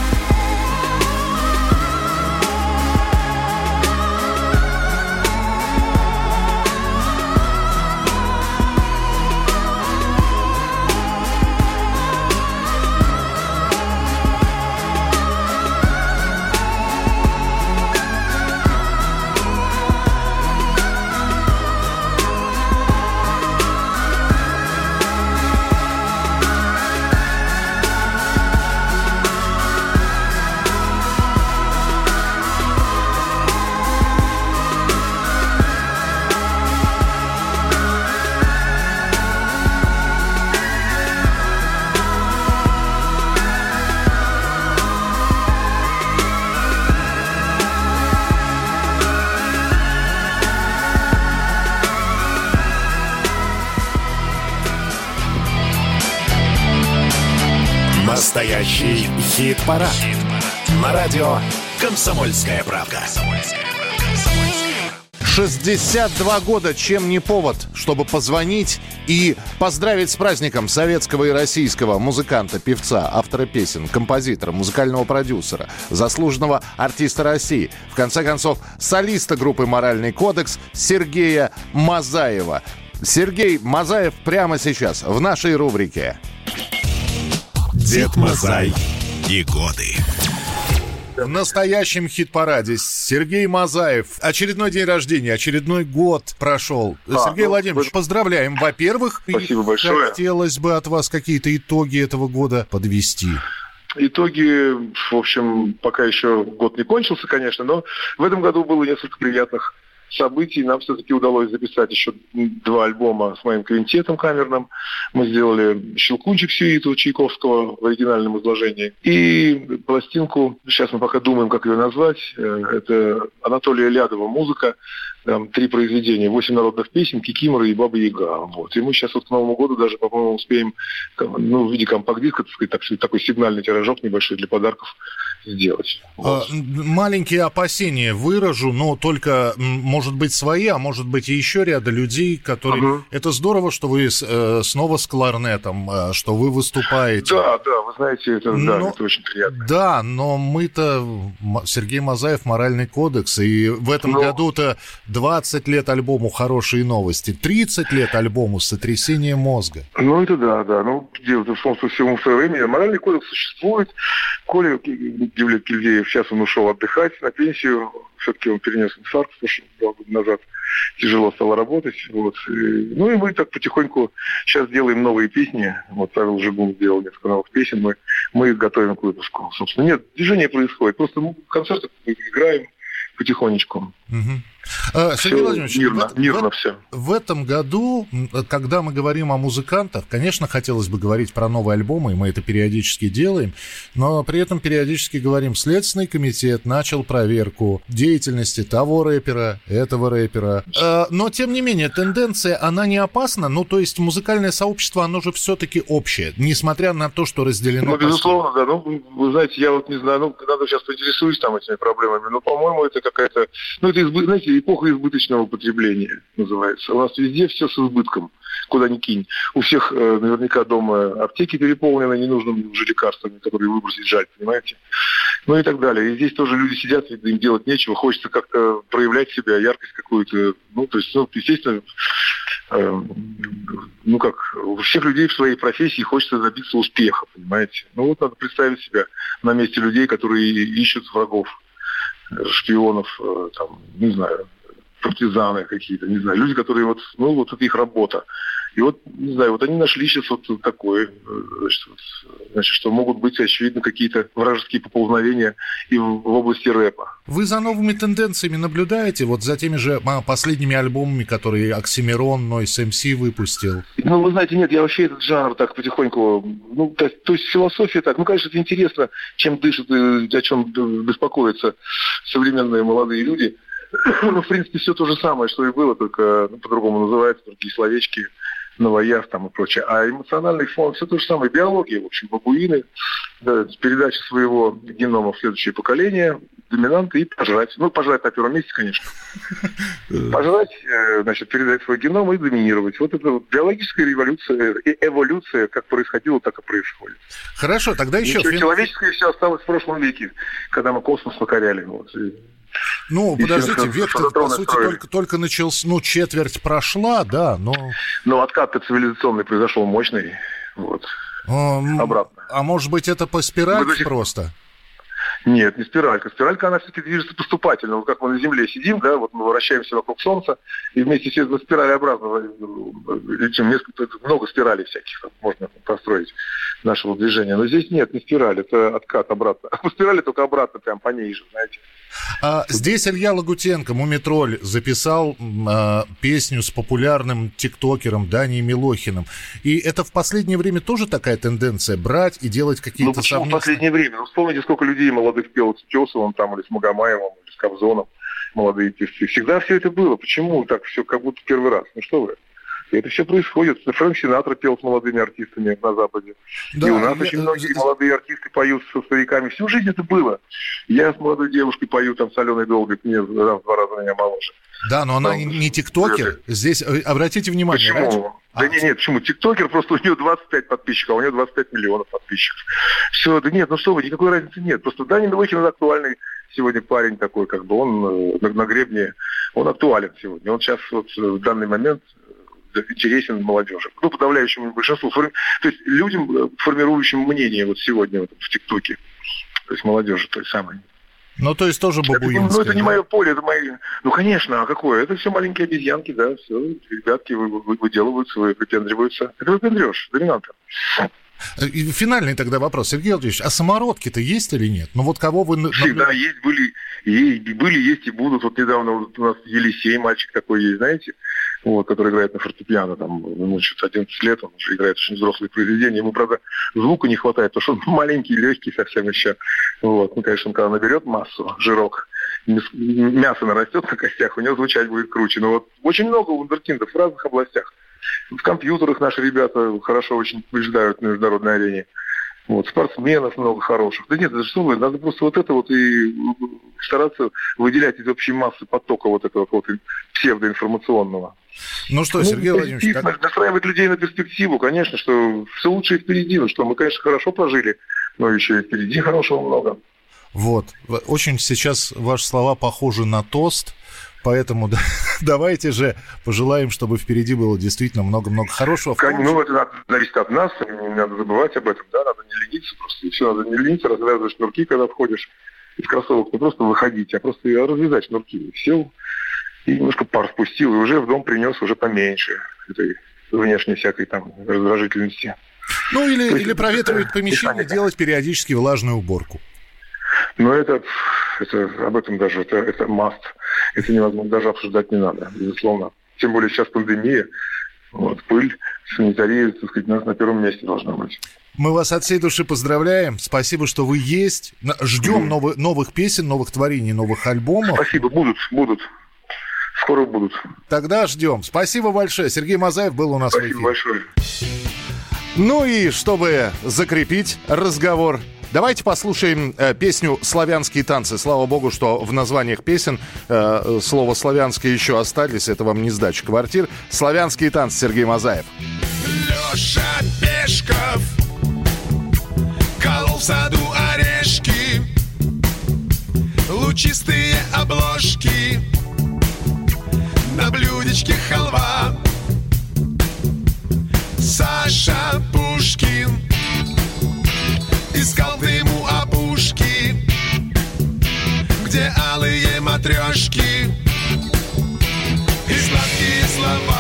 Настоящий хит-парад. На радио «Комсомольская правда». 62 года, чем не повод, чтобы позвонить и поздравить с праздником советского и российского музыканта, певца, автора песен, композитора, музыкального продюсера, заслуженного артиста России, в конце концов, солиста группы «Моральный кодекс» Сергея Мазаева. Сергей Мазаев прямо сейчас в нашей рубрике Дед Мазай и годы. В настоящем хит-параде Сергей Мазаев. Очередной день рождения, очередной год прошел. Сергей Владимирович, поздравляем. Во-первых, спасибо большое. Хотелось бы от вас какие-то итоги этого года подвести. Итоги, в общем, пока еще год не кончился, конечно, но в этом году было несколько приятных событий. Нам все-таки удалось записать еще 2 альбома с моим квинтетом камерным. Мы сделали «Щелкунчик» сюиту Чайковского в оригинальном изложении. И пластинку, сейчас мы пока думаем, как ее назвать, это Анатолия Лядова музыка. Там 3 произведения, 8 народных песен, Кикимора и Баба Яга. Вот. И мы сейчас вот к Новому году даже, по-моему, успеем в виде компакт-диска, так сказать, такой сигнальный тиражок небольшой для подарков сделать. Вот. Маленькие опасения выражу, но только, может быть, свои, а может быть, и еще ряда людей, которые... Это здорово, что вы снова с кларнетом, что вы выступаете. Да, вы знаете, это очень приятно. Да, но мы-то, Сергей Мазаев, «Моральный кодекс», и в этом году-то 20 лет альбому «Хорошие новости», 30 лет альбому «Сотрясение мозга». Ну, это да. Ну, в всему свое время «Моральный кодекс» существует. Коля Кильдеев, сейчас он ушел отдыхать на пенсию. Все-таки он перенес инфаркт 2 года назад. тяжело стало работать. Вот. Ну и мы так потихоньку сейчас делаем новые песни. Вот Павел Жигун сделал несколько новых песен. Мы их готовим к выпуску. Собственно, нет, движение происходит. Просто мы концерты играем потихонечку. Сергей Владимирович, мирно все. В этом году, когда мы говорим о музыкантах, конечно, хотелось бы говорить про новые альбомы, и мы это периодически делаем, но при этом периодически говорим, Следственный комитет начал проверку деятельности того рэпера, этого рэпера. Но, тем не менее, тенденция, она не опасна? Ну, то есть музыкальное сообщество, оно же все-таки общее, несмотря на то, что разделено... Ну, безусловно, да. Ну, вы знаете, я вот не знаю, надо сейчас поинтересуюсь там этими проблемами, но, по-моему, это какая-то... Ну, это, знаете, эпоха избыточного потребления называется. У нас везде все с избытком, куда ни кинь. У всех наверняка дома аптеки переполнены ненужными уже лекарствами, которые выбросить жаль, понимаете? Ну и так далее. И здесь тоже люди сидят, им делать нечего, хочется как-то проявлять себя, яркость какую-то. Ну, то есть, естественно, у всех людей в своей профессии хочется добиться успеха, понимаете? Ну вот надо представить себя на месте людей, которые ищут врагов, шпионов, там, не знаю, партизаны какие-то, не знаю, люди, которые вот это их работа. И вот, не знаю, вот они нашли сейчас вот такое, значит, что могут быть, очевидно, какие-то вражеские поползновения и в области рэпа. Вы за новыми тенденциями наблюдаете? Вот за теми же последними альбомами, которые Оксимирон, Noise MC выпустил? Ну, вы знаете, нет, я вообще этот жанр так потихоньку... Ну, то есть философия так... Ну, конечно, это интересно, чем дышат и о чем беспокоятся современные молодые люди. Ну, в принципе, все то же самое, что и было, только по-другому называется, другие словечки, новояз там и прочее. А эмоциональный фон, все то же самое. Биология, в общем, бабуины, да, передача своего генома в следующее поколение, доминанты и пожрать. Ну, пожрать на первом месте, конечно. Пожрать, значит, передать свой геном и доминировать. Вот это биологическая революция и эволюция, как происходило, так и происходит. Хорошо, тогда еще... Человеческое все осталось в прошлом веке, когда мы космос покоряли. Вот. Ну, подождите, век-то, по сути, только начался, четверть прошла, да, но... Но откат-то цивилизационный произошел мощный, вот, обратно. А может быть, это по спирали просто? Нет, не спиралька. Спиралька, она все-таки движется поступательно. Вот как мы на Земле сидим, да, вот мы вращаемся вокруг Солнца, и вместе все спиралеобразно летим. Много спиралей всяких можно построить нашего движения. Но здесь нет, не спираль, это откат обратно. А по спирали только обратно, прям по ней же, знаете. Здесь Илья Лагутенко, Мумитроль, записал песню с популярным тиктокером Даней Милохиным. И это в последнее время тоже такая тенденция брать и делать какие-то совместные... Ну, почему в последнее время? Ну, вспомните, сколько людей молодых пел с Тесовым, там, или с Магомаевым, или с Кобзоном, молодые певцы. Всегда все это было. Почему так все как будто первый раз? Ну, что вы? И это все происходит. Фрэнк Синатра пел с молодыми артистами на Западе. Да, и у нас очень многие молодые артисты поют со стариками. Всю жизнь это было. Я с молодой девушкой пою там с Аленой Долгой, мне в 2 раза меня моложе. Да, но она не тиктокер. Здесь, обратите внимание. Почему? Да нет, почему? Тиктокер, просто у нее 25 подписчиков, а у нее 25 миллионов подписчиков. Все, да нет, ну что вы, никакой разницы нет. Просто Даня Милохин актуальный сегодня парень такой, как бы он на гребне, он актуален сегодня. Он сейчас вот в данный момент интересен молодежи. Ну, подавляющему большинству. То есть людям, формирующим мнение вот сегодня вот, в ТикТоке. То есть молодежи той самой. Ну, то есть тоже бабуинское. Ну, это не мое поле, это мои... Ну, конечно, а какое? Это все маленькие обезьянки, да, все. Ребятки выделываются, выпендриваются. Это выпендрешь, доминанта. Финальный тогда вопрос. Сергей Владимирович, а самородки-то есть или нет? Ну, вот кого вы... Всегда есть, были, есть и будут. Вот недавно у нас Елисей, мальчик такой есть, знаете, вот, который играет на фортепиано, там, ему 11 лет, он уже играет очень взрослые произведения. Ему, правда, звука не хватает, потому что он маленький, легкий совсем еще. Вот, ну, конечно, когда наберет массу, жирок, мясо нарастет на костях, у него звучать будет круче. Но вот очень много вундеркиндов в разных областях. В компьютерах наши ребята хорошо очень побеждают на международной арене. Вот, спортсменов много хороших. Да нет, это что вы, надо просто вот это вот и стараться выделять из общей массы потока вот этого вот псевдоинформационного. Ну что, Сергей Владимирович... Настраивать людей на перспективу, конечно, что все лучшее впереди. Ну что, мы, конечно, хорошо прожили, но еще и впереди хорошего много. Вот. Очень сейчас ваши слова похожи на тост. Поэтому давайте же пожелаем, чтобы впереди было действительно много-много хорошего. Ну, это надо зависеть от нас, не надо забывать об этом, да, надо не лениться просто. И все, надо не лениться, развязывать шнурки, когда входишь из кроссовок. Не просто выходить, а просто развязать шнурки. Все, и немножко пар спустил, и уже в дом принес уже поменьше этой внешней всякой там раздражительности. Ну, или проветривать помещение, делать периодически влажную уборку. Но это об этом даже, это must. Это невозможно, даже обсуждать не надо, безусловно. Тем более сейчас пандемия, пыль, санитария, так сказать, на первом месте должна быть. Мы вас от всей души поздравляем. Спасибо, что вы есть. Ждем новых песен, новых творений, новых альбомов. Спасибо, будут. Скоро будут. Тогда ждем. Спасибо большое. Сергей Мазаев был у нас в эфире. Спасибо большое. Ну и чтобы закрепить разговор, давайте послушаем песню «Славянские танцы». Слава богу, что в названиях песен слово «славянские» еще остались. Это вам не сдача квартир. «Славянские танцы», Сергей Мазаев. Леша Пешков колол в саду орешки, лучистые обложки, на блюдечке халва. Саша Пушкин искал дыму опушки, где алые матрешки и сладкие слова.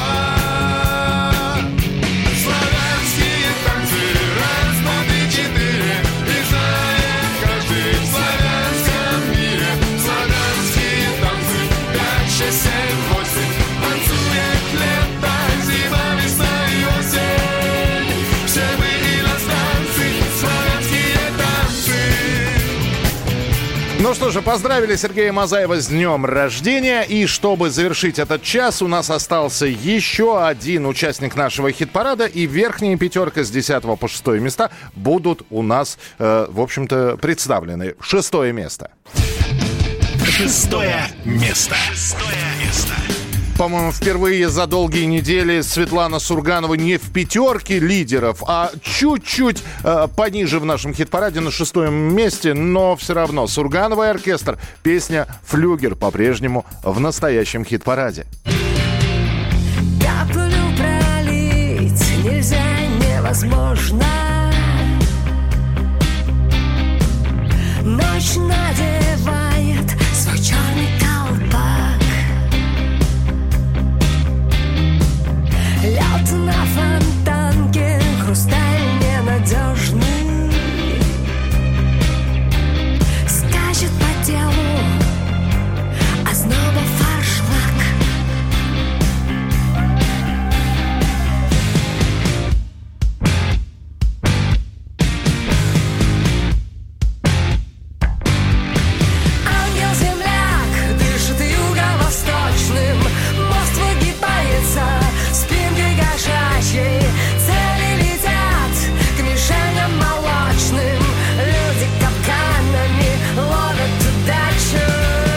Славянские танцы, раз, два, три, четыре, и знает каждый в славянском мире. Славянские танцы, 5, 6, 7, 8, танцует лето, зима, весна и осень. Все мы иностранцы, славянские танцы. Ну что же, поздравили Сергея Мазаева с днем рождения. И чтобы завершить этот час, у нас остался еще один участник нашего хит-парада. И верхняя пятерка с 10 по 6 места будут у нас, в общем-то, представлены. 6 место. 6 место. По-моему, впервые за долгие недели Светлана Сурганова не в пятерке лидеров, а чуть-чуть пониже в нашем хит-параде на 6 месте, но все равно Сурганова и оркестр. Песня «Флюгер» по-прежнему в настоящем хит-параде. Каплю пролить нельзя, невозможно. Ночь надевает свой черный колпак. Лед на фонтанке, хрусталь ненадежный, скачет по телу озноба фаршлаг. Ангел-земляк дышит юго-восточным, мост выгибается спинкой кошачьей, цели летят к мишеням молочным, люди капканами ловят удачу.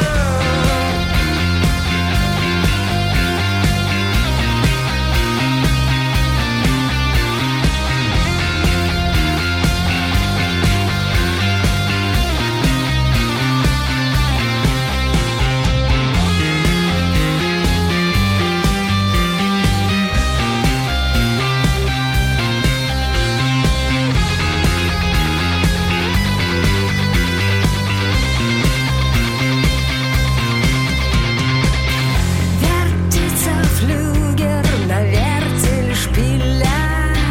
Вертится флюгер на вертель шпиля,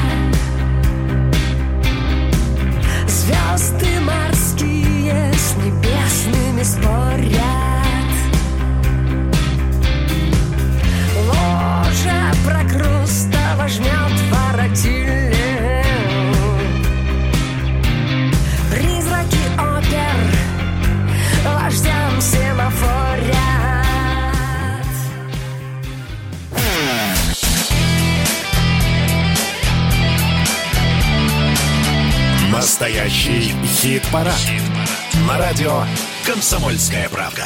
звезды морские с небесными спорят. Ложа Прокрустова жмет воротилем, призраки опер вождям семафорят. Настоящий хит-парад. На радио «Комсомольская правда».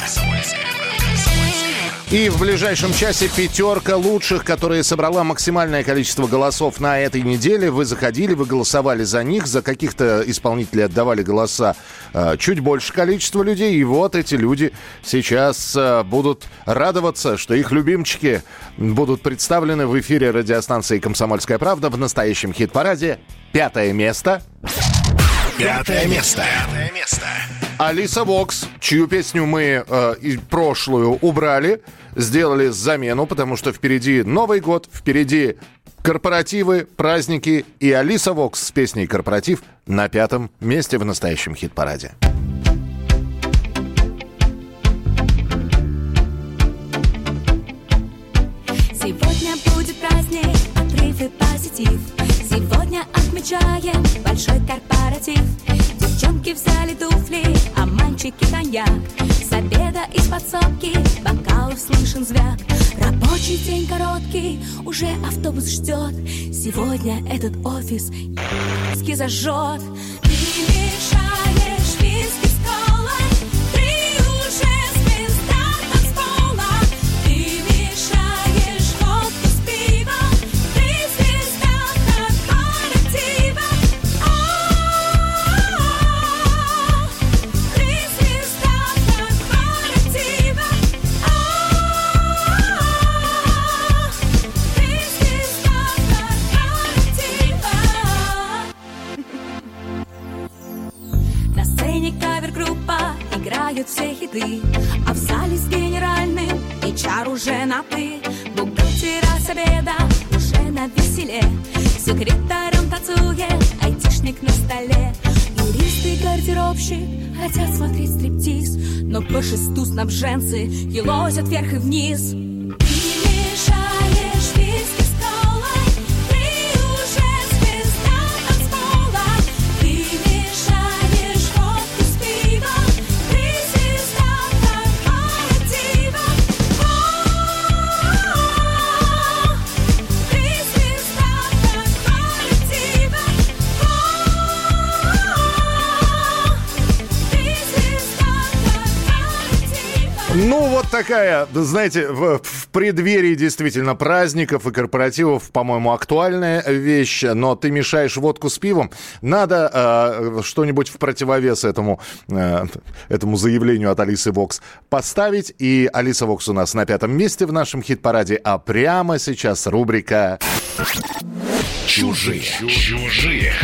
И в ближайшем часе пятерка лучших, которые собрала максимальное количество голосов на этой неделе. Вы заходили, вы голосовали за них, за каких-то исполнителей отдавали голоса чуть больше количества людей. И вот эти люди сейчас будут радоваться, что их любимчики будут представлены в эфире радиостанции «Комсомольская правда» в настоящем хит-параде. 5 место. 5 место. Алиса Вокс, чью песню мы прошлую убрали, сделали замену, потому что впереди Новый год, впереди корпоративы, праздники, и Алиса Вокс с песней «Корпоратив» на 5-м месте в настоящем хит-параде. Сегодня будет праздник, отрыв и позитив. Сегодня отмечаем большой корпоратив. Девчонки взяли туфли, а мальчики коньяк. С обеда из подсобки бокалов слышен звяк. Рабочий день короткий, уже автобус ждет. Сегодня этот офис ски зажжет. Ты мешаешь виски с колой, ты уже звезда танцпола. Ты мешаешь водку с пивом, ты звезда корпоратива. Ты звезда корпоратива. Ты звезда корпоратива. На сцене кавер-группа играют все хиты, а в зале с генеральным HR уже на «ты». Бухгалтера с обеда уже на веселе, секретарем танцует айтишник на столе. Юрист и гардеробщик хотят смотреть стриптиз, но по шесту снабженцы елозят вверх и вниз. Ты мешаешь виски с колой, ты уже звезда танцпола. Ты мешаешь водку с пивом, ты звезда корпоратива. Ты звезда корпоратива. Ты звезда корпоратива. Ну, вот такая, знаете, в преддверии действительно праздников и корпоративов, по-моему, актуальная вещь, но ты мешаешь водку с пивом. Надо что-нибудь в противовес этому заявлению от Алисы Вокс поставить. И Алиса Вокс у нас на 5-м месте в нашем хит-параде. А прямо сейчас рубрика Чужие. Чужие.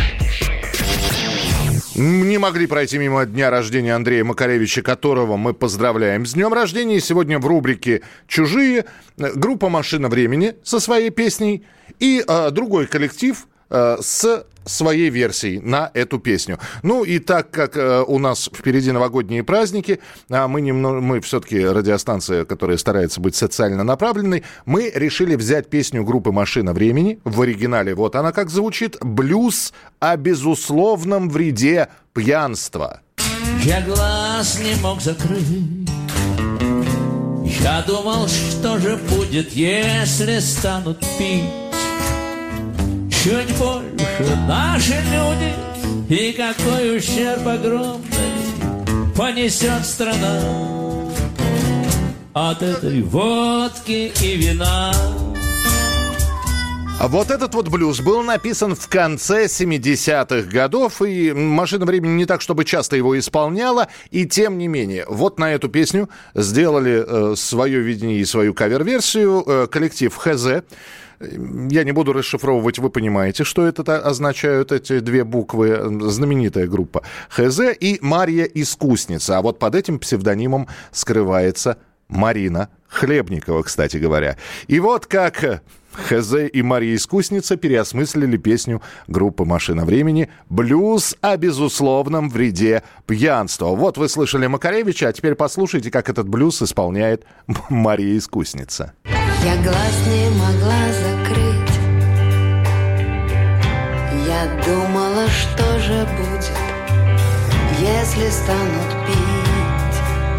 Не могли пройти мимо дня рождения Андрея Макаревича, которого мы поздравляем с днем рождения. И сегодня в рубрике «Чужие» группа «Машина времени» со своей песней и другой коллектив с своей версией на эту песню. Ну и так как у нас впереди новогодние праздники, мы все-таки радиостанция, которая старается быть социально направленной, мы решили взять песню группы «Машина времени». В оригинале вот она как звучит: «Блюз о безусловном вреде пьянства». Я глаз не мог закрыть. Я думал, что же будет, если станут пить чуть больше наши люди, и какой ущерб огромный понесет страна от этой водки и вина. А вот этот вот блюз был написан в конце 70-х годов, и «Машина времени» не так, чтобы часто его исполняла, и тем не менее, вот на эту песню сделали свое видение и свою кавер-версию коллектив «ХЗ». Я не буду расшифровывать, вы понимаете, что это означают эти две буквы. Знаменитая группа «ХЗ» и «Марья Искусница». А вот под этим псевдонимом скрывается Марина Хлебникова, кстати говоря. И вот как ХЗ и Марья Искусница переосмыслили песню группы «Машина времени» «Блюз о безусловном вреде пьянства». Вот вы слышали Макаревича, а теперь послушайте, как этот блюз исполняет Марья Искусница. Я глаз не могла закрыть. Я думала, что же будет, если станут пить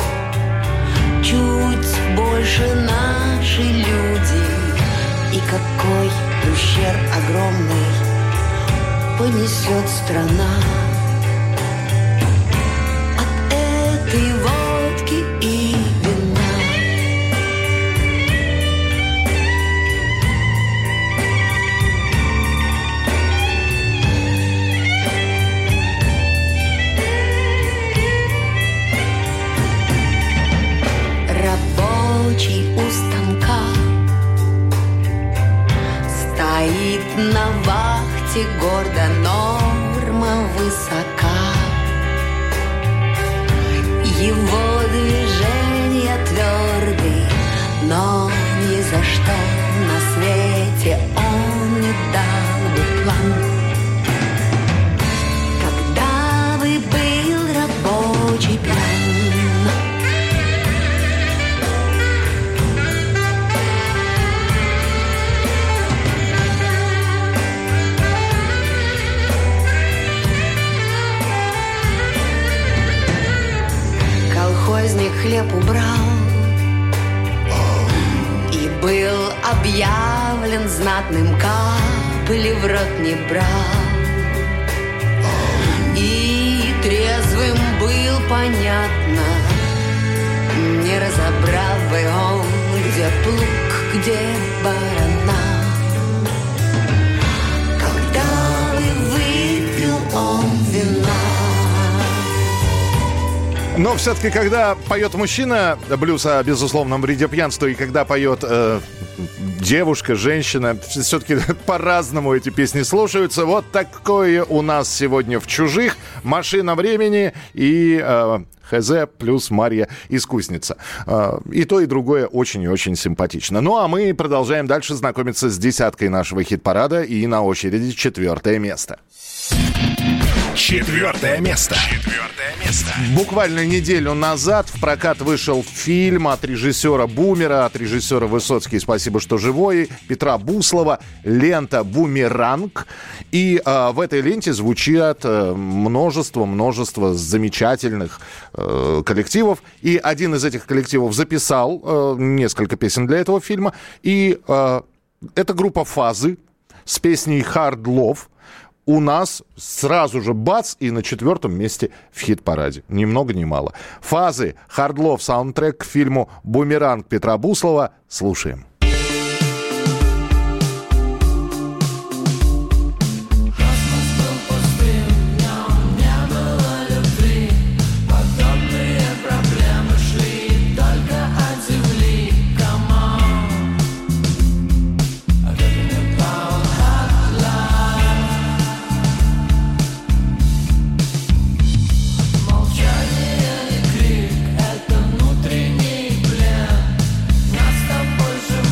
чуть больше наши люди, и какой ущерб огромный понесет страна от этой водки и вина. Рабочий у станка стоит на вахте гордо, норма высока. его движения твердый, но ни за что на свете он не дал бы план. Когда бы был рабочий пьян, колхозник хлеб убрал и был объявлен знатным, капли в рот не брал. И трезвым был, понятно, не разобрал бы он, где плуг, где барана. Когда бы выпил он вина. Но все-таки, когда поет мужчина блюз о безусловном вреде пьянства, и когда поет девушка, женщина, все-таки по-разному эти песни слушаются. Вот такое у нас сегодня в «Чужих». «Машина времени» и ХЗ плюс Марья Искусница. И то, и другое очень и очень симпатично. Ну, а мы продолжаем дальше знакомиться с десяткой нашего хит-парада. И на очереди 4-е место. 4-е место. Буквально неделю назад в прокат вышел фильм от режиссера Бумера, от режиссера Высоцкий «Спасибо, что живой», Петра Буслова, лента «Бумеранг». И в этой ленте звучат множество замечательных коллективов. И один из этих коллективов записал несколько песен для этого фильма. И это группа «Фазы» с песней «Hard Love». У нас сразу же бац, и на 4-м месте в хит-параде. Ни много ни мало. «Фазы», «Hard Love», саундтрек к фильму «Бумеранг» Петра Буслова. Слушаем. Молчание и крик — это внутренний плен. Нас с тобой живут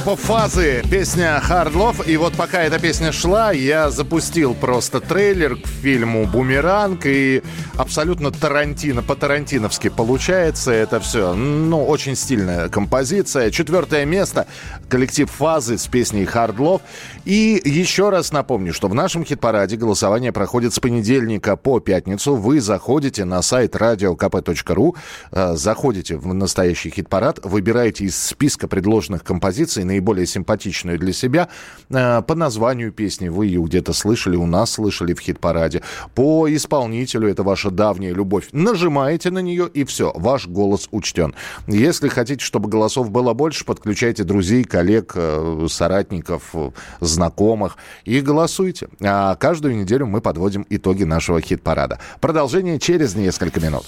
Группа «Фазы», песня «Hard Love». И вот пока эта песня шла, я запустил просто трейлер к фильму «Бумеранг». И абсолютно по-тарантиновски получается это все. Ну, очень стильная композиция. 4 место — коллектив «Фазы» с песней «Hard Love». И еще раз напомню, что в нашем хит-параде голосование проходит с понедельника по пятницу. Вы заходите на сайт radiokp.ru, заходите в настоящий хит-парад, выбираете из списка предложенных композиций наиболее симпатичную для себя по названию песни. Вы ее где-то слышали, у нас слышали в хит-параде. По исполнителю, это ваша давняя любовь. Нажимаете на нее, и все, ваш голос учтен. Если хотите, чтобы голосов было больше, подключайте друзей, коллег, соратников, знакомых и голосуйте. А каждую неделю мы подводим итоги нашего хит-парада. Продолжение через несколько минут.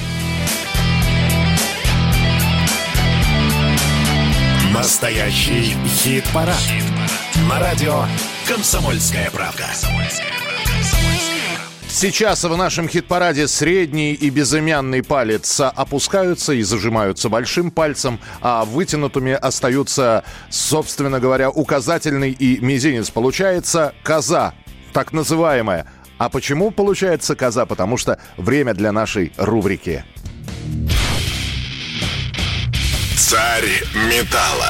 Настоящий хит-парад. На радио «Комсомольская правда». Сейчас в нашем хит-параде средний и безымянный палец опускаются и зажимаются большим пальцем, а вытянутыми остаются, собственно говоря, указательный и мизинец. Получается коза, так называемая. А почему получается коза? Потому что время для нашей рубрики. Царь металла.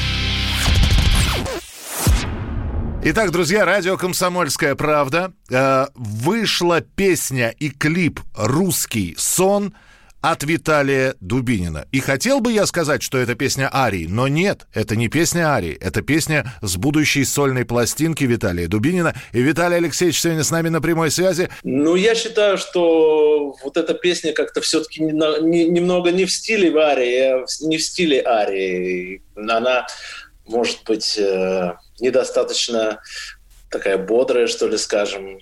Итак, друзья, радио «Комсомольская правда». Вышла песня и клип «Русский сон» от Виталия Дубинина. И хотел бы я сказать, что это песня Арии, но нет, это не песня Арии, это песня с будущей сольной пластинки Виталия Дубинина. И Виталий Алексеевич сегодня с нами на прямой связи. Ну, я считаю, что вот эта песня как-то все-таки немного не в стиле Арии, не в стиле Арии. Она, может быть, недостаточно такая бодрая, что ли, скажем.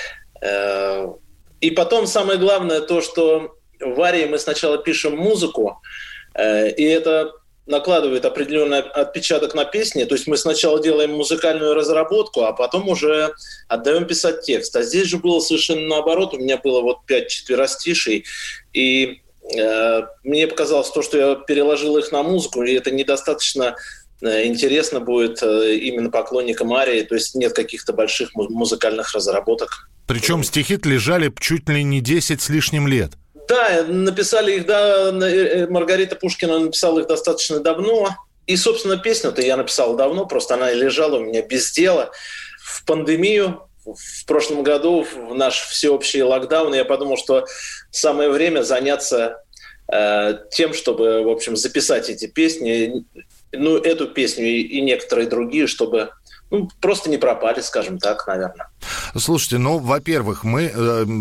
И потом самое главное то, что в Арии мы сначала пишем музыку, и это накладывает определенный отпечаток на песни. То есть мы сначала делаем музыкальную разработку, а потом уже отдаем писать текст. А здесь же было совершенно наоборот. У меня было вот 5 четверостишей, и мне показалось то, что я переложил их на музыку, и это недостаточно интересно будет именно поклонникам Арии. То есть нет каких-то больших музыкальных разработок. Причем стихи-то лежали чуть ли не 10 с лишним лет. Да, написали их, да, Маргарита Пушкина написала их достаточно давно. И, собственно, песню-то я написал давно, просто она лежала у меня без дела. В пандемию, в прошлом году, в наш всеобщий локдаун, я подумал, что самое время заняться тем, чтобы, в общем, записать эти песни, ну, эту песню и некоторые другие, чтобы... Ну, просто не пропали, скажем так, наверное. Слушайте, ну, во-первых, мы,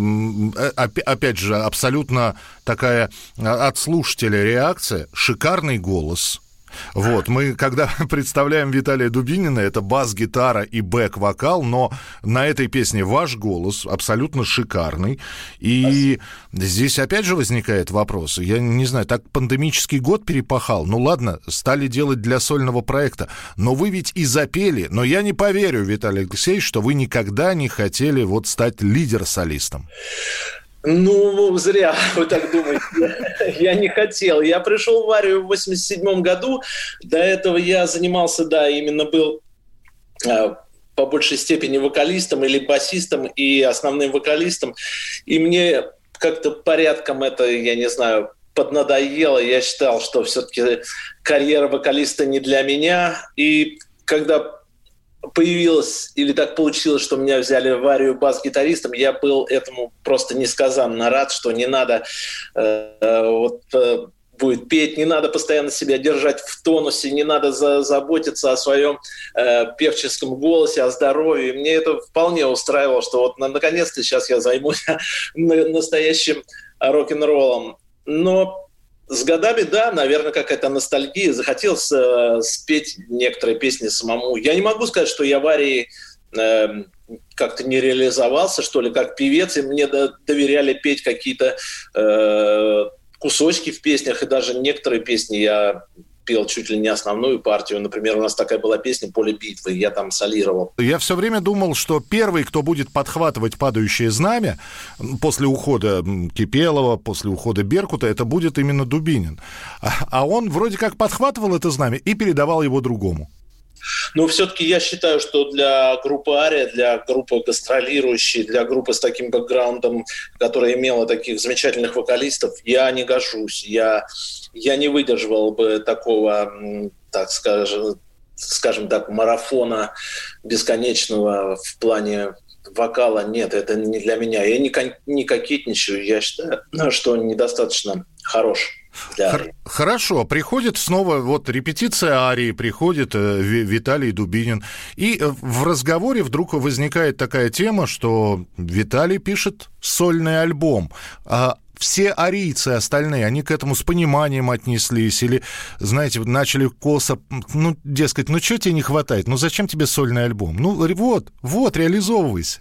опять же, абсолютно такая от слушателя реакция, шикарный голос. Вот, мы, когда представляем Виталия Дубинина, это бас-гитара и бэк-вокал, но на этой песне ваш голос абсолютно шикарный. И здесь опять же возникает вопрос. Я не знаю, так пандемический год перепахал. Ну ладно, стали делать для сольного проекта. Но вы ведь и запели. Но я не поверю, Виталий Алексеевич, что вы никогда не хотели вот стать лидер-солистом. Ну, зря вы так думаете. Я не хотел. Я пришел в Арию в 87 году. До этого я занимался, да, именно был по большей степени вокалистом или басистом и основным вокалистом. И мне как-то порядком это, я не знаю, поднадоело. Я считал, что все-таки карьера вокалиста не для меня. И когда появилось, или так получилось, что меня взяли в Арию бас-гитаристом, я был этому просто несказанно рад, что не надо будет петь, не надо постоянно себя держать в тонусе, не надо заботиться о своем певческом голосе, о здоровье. Мне это вполне устраивало, что вот наконец-то сейчас я займусь настоящим рок-н-роллом. Но с годами, да, наверное, какая-то ностальгия. Захотелось спеть некоторые песни самому. Я не могу сказать, что я в Арии как-то не реализовался, что ли, как певец, и мне доверяли петь какие-то кусочки в песнях, и даже некоторые песни я пел чуть ли не основную партию. Например, у нас такая была песня «Поле битвы», я там солировал. Я все время думал, что первый, кто будет подхватывать «Падающее знамя» после ухода Кипелова, после ухода Беркута, это будет именно Дубинин. А он вроде как подхватывал это знамя и передавал его другому. Но все-таки я считаю, что для группы «Ария», для группы гастролирующей, для группы с таким бэкграундом, которая имела таких замечательных вокалистов, я не гожусь. Я не выдерживал бы такого, так скажем так, марафона бесконечного в плане вокала. Нет, это не для меня. Я не кокетничаю. Я считаю, что он недостаточно хорош. Хорошо, приходит снова, вот репетиция «Арии», приходит Виталий Дубинин, и в разговоре вдруг возникает такая тема, что Виталий пишет сольный альбом. Все арийцы остальные, они к этому с пониманием отнеслись или, знаете, начали косо, дескать, что тебе не хватает, зачем тебе сольный альбом? Вот, реализовывайся.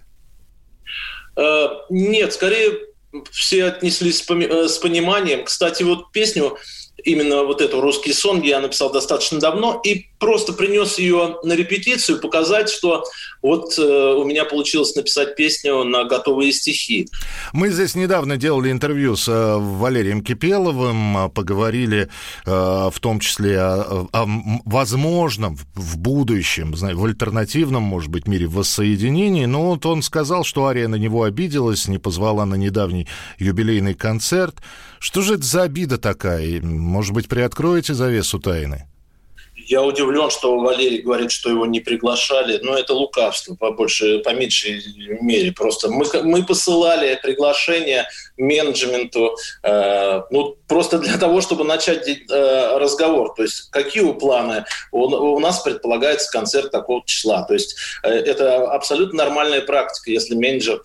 Нет, скорее все отнеслись с пониманием. Кстати, вот песню, именно вот эту «Русский сон» я написал достаточно давно и просто принес ее на репетицию, показать, что вот у меня получилось написать песню на готовые стихи. Мы здесь недавно делали интервью с Валерием Кипеловым, поговорили в том числе о возможном в будущем, в альтернативном, может быть, мире воссоединении, но вот он сказал, что Ария на него обиделась, не позвала на недавний юбилейный концерт. Что же это за обида такая? Может быть, приоткроете завесу тайны? Я удивлен, что Валерий говорит, что его не приглашали, но это лукавство, по меньшей мере. Просто мы посылали приглашение менеджменту, просто для того, чтобы начать разговор. То есть какие планы? У нас предполагается концерт такого числа. То есть это абсолютно нормальная практика, если менеджер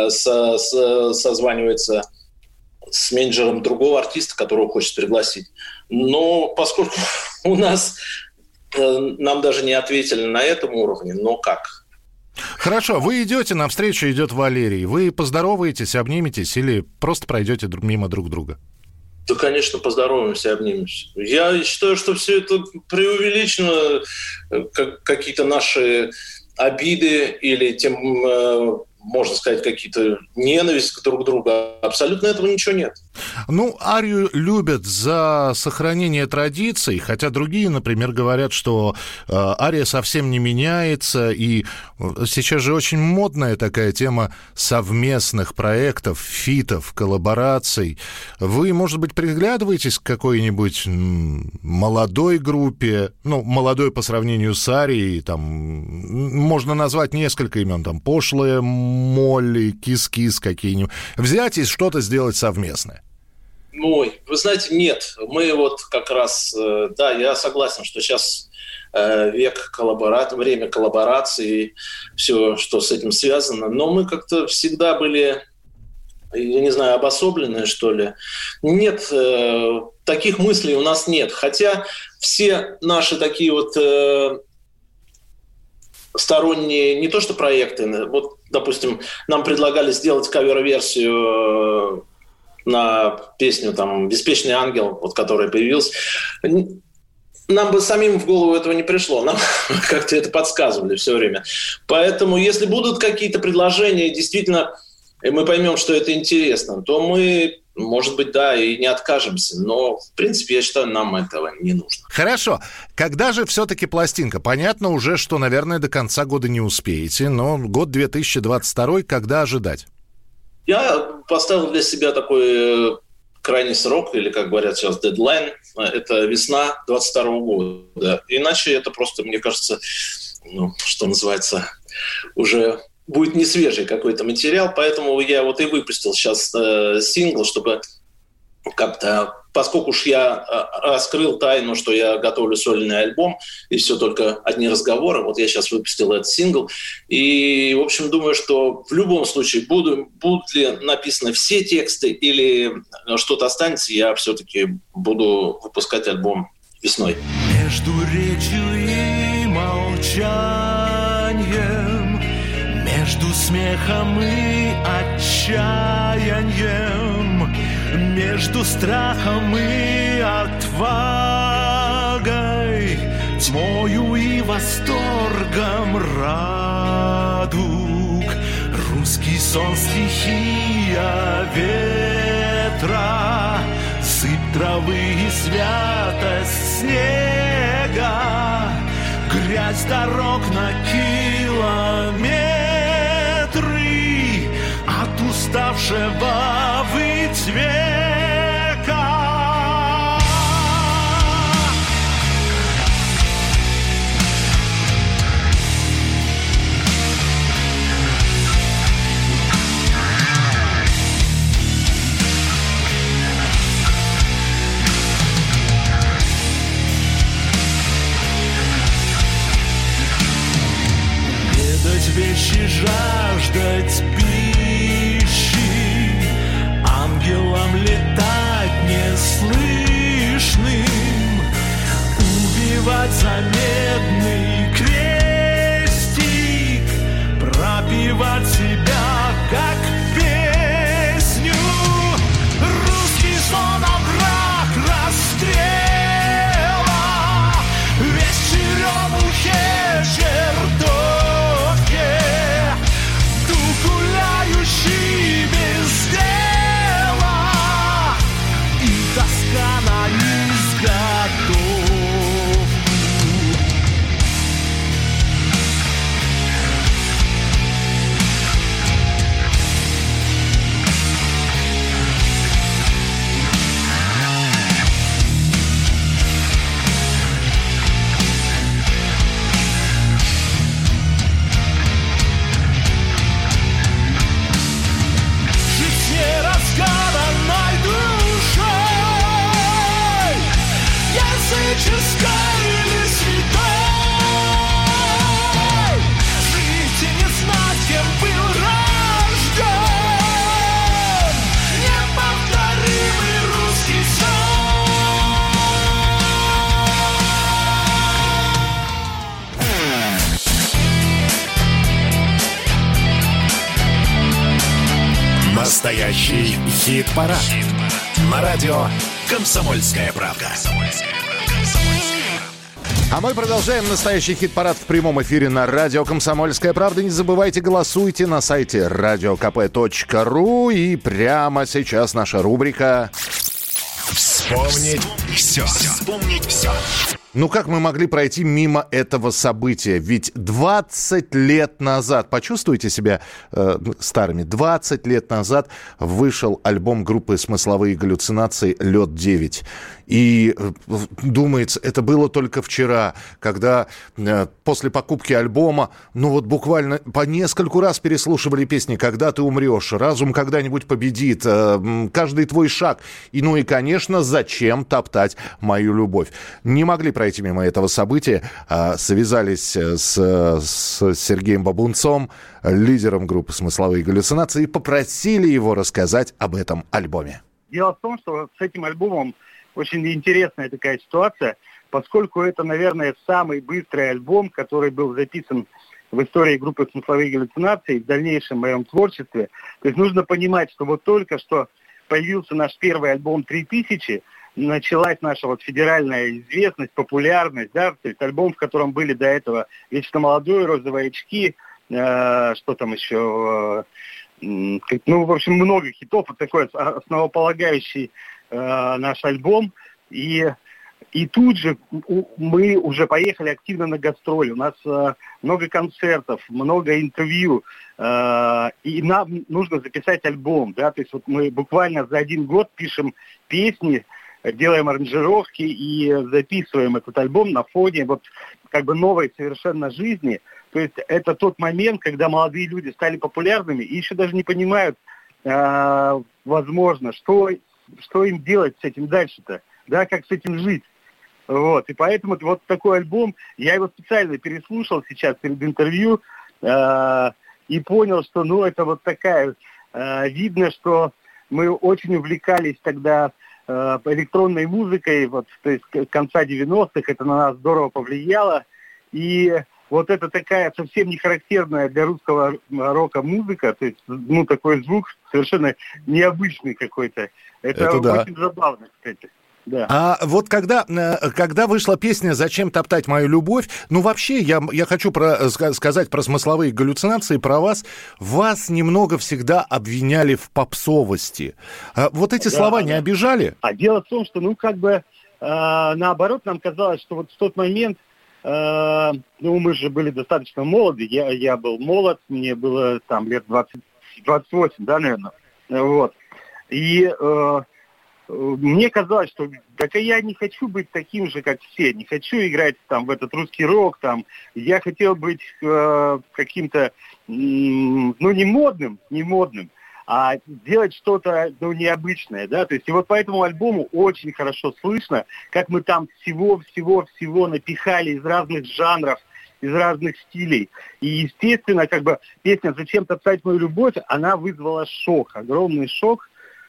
созванивается с менеджером другого артиста, которого хочет пригласить. Но поскольку у нас нам даже не ответили на этом уровне, но как? Хорошо, вы идете, навстречу идет Валерий. Вы поздороваетесь, обниметесь или просто пройдете мимо друг друга? Да, конечно, поздороваемся, обнимемся. Я считаю, что все это преувеличено, какие-то наши обиды или можно сказать, какие-то ненависть друг к другу. Абсолютно этого ничего нет. Арию любят за сохранение традиций, хотя другие, например, говорят, что Ария совсем не меняется, и сейчас же очень модная такая тема совместных проектов, фитов, коллабораций. Вы, может быть, приглядываетесь к какой-нибудь молодой группе, молодой по сравнению с Арией, можно назвать несколько имен, Пошлая Молли, Кис-Кис какие-нибудь. Взять и что-то сделать совместное. Вы знаете, нет. Мы вот как раз, я согласен, что сейчас век время коллаборации, все, что с этим связано. Но мы как-то всегда были, я не знаю, обособленные, что ли. Нет, таких мыслей у нас нет. Хотя все наши такие вот сторонние, не то что проекты, вот, допустим, нам предлагали сделать кавер-версию на песню «Беспечный ангел», вот, которая появилась. Нам бы самим в голову этого не пришло, нам как-то это подсказывали все время. Поэтому, если будут какие-то предложения, действительно, мы поймем, что это интересно, то мы, может быть, и не откажемся. Но, в принципе, я считаю, нам этого не нужно. Хорошо. Когда же все-таки пластинка? Понятно уже, что, наверное, до конца года не успеете, но год 2022, когда ожидать? Я поставил для себя такой крайний срок, или, как говорят сейчас, дедлайн. Это весна 2022 года. Иначе это просто, мне кажется, что называется, уже будет не свежий какой-то материал, поэтому я вот и выпустил сейчас сингл, чтобы как-то, поскольку уж я раскрыл тайну, что я готовлю сольный альбом, и все только одни разговоры, вот я сейчас выпустил этот сингл, и, в общем, думаю, что в любом случае, будут ли написаны все тексты или что-то останется, я все-таки буду выпускать альбом весной. Между речью и молчанием, между смехом и отчаянием, между страхом и отвагой, тьмою и восторгом радуг, русский сон, стихия ветра, сыпь травы и святость снега, грязь дорог на километры от уставшего выть века. Вещи жаждать пищи, ангелам летать неслышным, убивать за медный крестик, пропивать себя как песню. Русский сон, враг расстрела, весь в черемухе чердок. Без дела и тоска на изготовку. Настоящий хит-парад. На радио «Комсомольская правда». А мы продолжаем настоящий хит-парад в прямом эфире на радио «Комсомольская правда». Не забывайте, голосуйте на сайте radiokp.ru. И прямо сейчас наша рубрика «Вспомнить все». Вспомнить все. Ну как мы могли пройти мимо этого события? Ведь 20 лет назад, почувствуйте себя старыми, 20 лет назад вышел альбом группы «Смысловые галлюцинации» «Лед-9». И думается, это было только вчера, когда после покупки альбома, ну вот буквально по нескольку раз переслушивали песни «Когда ты умрешь», «Разум когда-нибудь победит», «Каждый твой шаг». И, ну и, конечно, «Зачем топтать мою любовь». Не могли пройти мимо этого события. Связались с Сергеем Бабунцом, лидером группы «Смысловые галлюцинации», и попросили его рассказать об этом альбоме. Дело в том, что с этим альбомом очень интересная такая ситуация, поскольку это, наверное, самый быстрый альбом, который был записан в истории группы «Смысловые галлюцинации» в дальнейшем моем творчестве. То есть нужно понимать, что вот только что появился наш первый альбом «3000», началась наша вот федеральная известность, популярность, да, то есть альбом, в котором были до этого «Вечно молодой», «Розовые очки», что там еще, ну, в общем, много хитов, вот такой основополагающий наш альбом, и тут же мы уже поехали активно на гастроли. У нас много концертов, много интервью, и нам нужно записать альбом, да, то есть вот мы буквально за 1 год пишем песни, делаем аранжировки и записываем этот альбом на фоне вот как бы новой совершенно жизни. То есть это тот момент, когда молодые люди стали популярными и еще даже не понимают, возможно, что им делать с этим дальше-то, да, как с этим жить. Вот, и поэтому вот такой альбом, я его специально переслушал сейчас перед интервью и понял, что, ну, это вот такая, видно, что мы очень увлекались тогда электронной музыкой, вот, то есть конца 90-х, это на нас здорово повлияло, и вот это такая совсем не характерная для русского рока музыка, то есть, ну, такой звук совершенно необычный какой-то. Это да. Очень забавно, кстати. Да. А вот когда вышла песня «Зачем топтать мою любовь», ну вообще я хочу сказать про «Смысловые галлюцинации», про вас. Вас немного всегда обвиняли в попсовости. Вот эти слова не обижали? А дело в том, что, ну, как бы наоборот, нам казалось, что вот в тот момент мы же были достаточно молоды. Я был молод, мне было там лет 28, да, наверное. Вот. И мне казалось, что так я не хочу быть таким же, как все. Не хочу играть там в этот русский рок. Там. Я хотел быть каким-то, не модным, а делать что-то необычное. Да? То есть и вот по этому альбому очень хорошо слышно, как мы там всего напихали из разных жанров, из разных стилей. И, естественно, как бы песня «Зачем топтать мою любовь», она вызвала шок, огромный шок,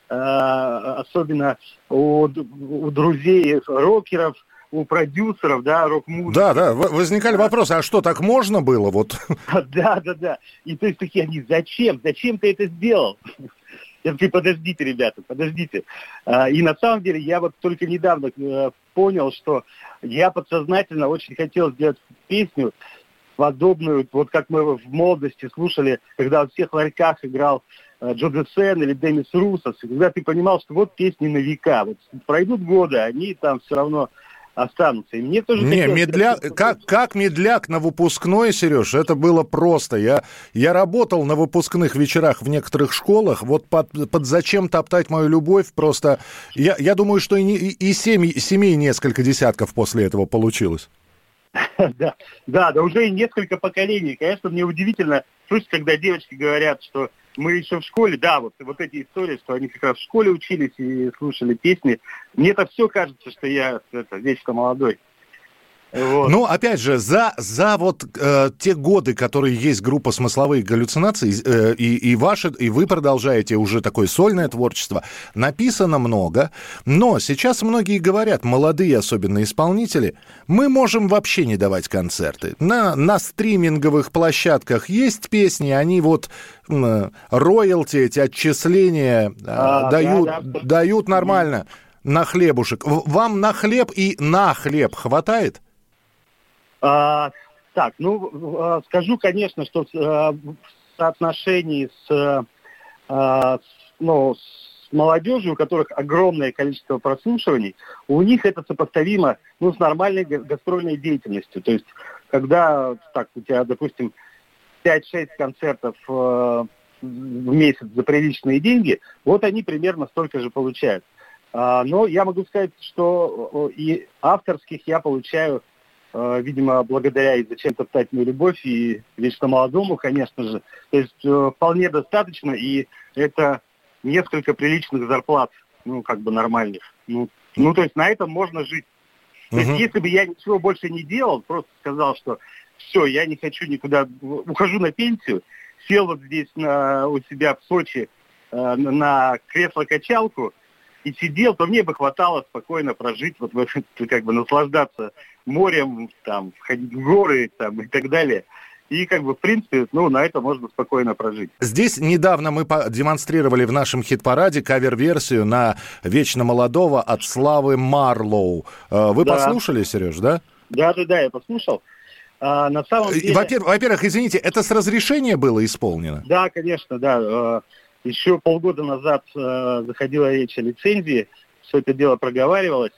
особенно у друзей рокеров, у продюсеров, да, рок-музыки. Да, возникали вопросы, а что, так можно было? Вот. Да. И то есть такие они, зачем ты это сделал? Я такой, подождите, ребята, подождите. И на самом деле я вот только недавно понял, что я подсознательно очень хотел сделать песню подобную, вот как мы в молодости слушали, когда во всех ларьках играл Джо Дассен или Демис Руссос, когда ты понимал, что вот песни на века, вот пройдут годы, они там все равно останутся. И мне тоже как медляк на выпускной, Сереж, это было просто. Я работал на выпускных вечерах в некоторых школах, вот под «Зачем топтать мою любовь» просто... Я думаю, что и семей несколько десятков после этого получилось. Да, уже и несколько поколений. Конечно, мне удивительно слышать, когда девочки говорят, что мы еще в школе, да, вот эти истории, что они как раз в школе учились и слушали песни. Мне-то все кажется, что я вечно молодой. Вот. Ну, опять же, за вот те годы, которые есть группа «Смысловые галлюцинации», и вы продолжаете уже такое сольное творчество, написано много, но сейчас многие говорят, молодые особенно исполнители, мы можем вообще не давать концерты. На стриминговых площадках есть песни, они вот роялти, эти отчисления дают нормально на хлебушек. Вам на хлеб и на хлеб хватает? Скажу, конечно, что в соотношении с молодежью, у которых огромное количество прослушиваний, у них это сопоставимо с нормальной гастрольной деятельностью. То есть, когда у тебя, допустим, 5-6 концертов в месяц за приличные деньги, вот они примерно столько же получают. Но я могу сказать, что и авторских я получаю, видимо, благодаря и «Зачем топтать мою любовь», и «Вечно молодому», конечно же. То есть вполне достаточно, и это несколько приличных зарплат, нормальных. То есть на этом можно жить. То есть если бы я ничего больше не делал, просто сказал, что все, я не хочу никуда, ухожу на пенсию, сел вот здесь у себя в Сочи на кресло-качалку и сидел, то мне бы хватало спокойно прожить, наслаждаться морем, ходить в горы и так далее. И, в принципе, на это можно спокойно прожить. Здесь недавно мы демонстрировали в нашем хит-параде кавер-версию на «Вечно молодого» от Славы Марлоу. Вы послушали, Сереж, да? Да, я послушал. На самом деле... Во-первых, извините, это с разрешения было исполнено? Да, конечно, да. Еще полгода назад заходила речь о лицензии, все это дело проговаривалось.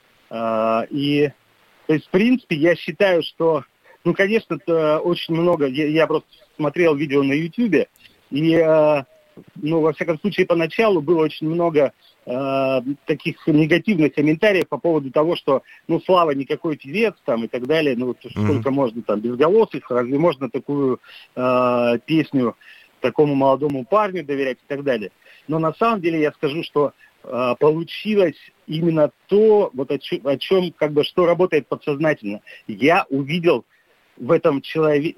И, то есть, в принципе, я считаю, что, конечно, это очень много... Я просто смотрел видео на Ютьюбе, и, во всяком случае, поначалу было очень много таких негативных комментариев по поводу того, что, Слава не какой певец, и так далее, сколько можно безголосых, разве можно такую песню такому молодому парню доверять и так далее. Но на самом деле я скажу, что получилось именно то, о чем, что работает подсознательно. Я увидел в этом человеке,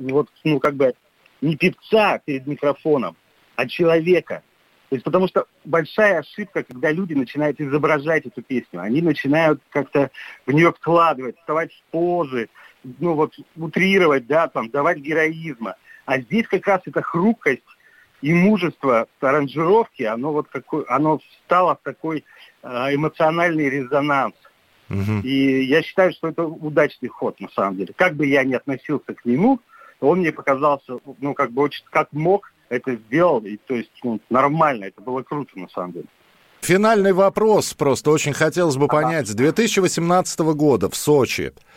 не певца перед микрофоном, а человека. То есть, потому что большая ошибка, когда люди начинают изображать эту песню, они начинают как-то в нее вкладывать, вставать в позы, утрировать, давать героизма. А здесь как раз эта хрупкость и мужество аранжировки, оно встало в такой эмоциональный резонанс. И я считаю, что это удачный ход, на самом деле. Как бы я ни относился к нему, он мне показался, очень как мог, это сделал, и то есть нормально, это было круто, на самом деле. Финальный вопрос, просто очень хотелось бы понять. С 2018 года в Сочи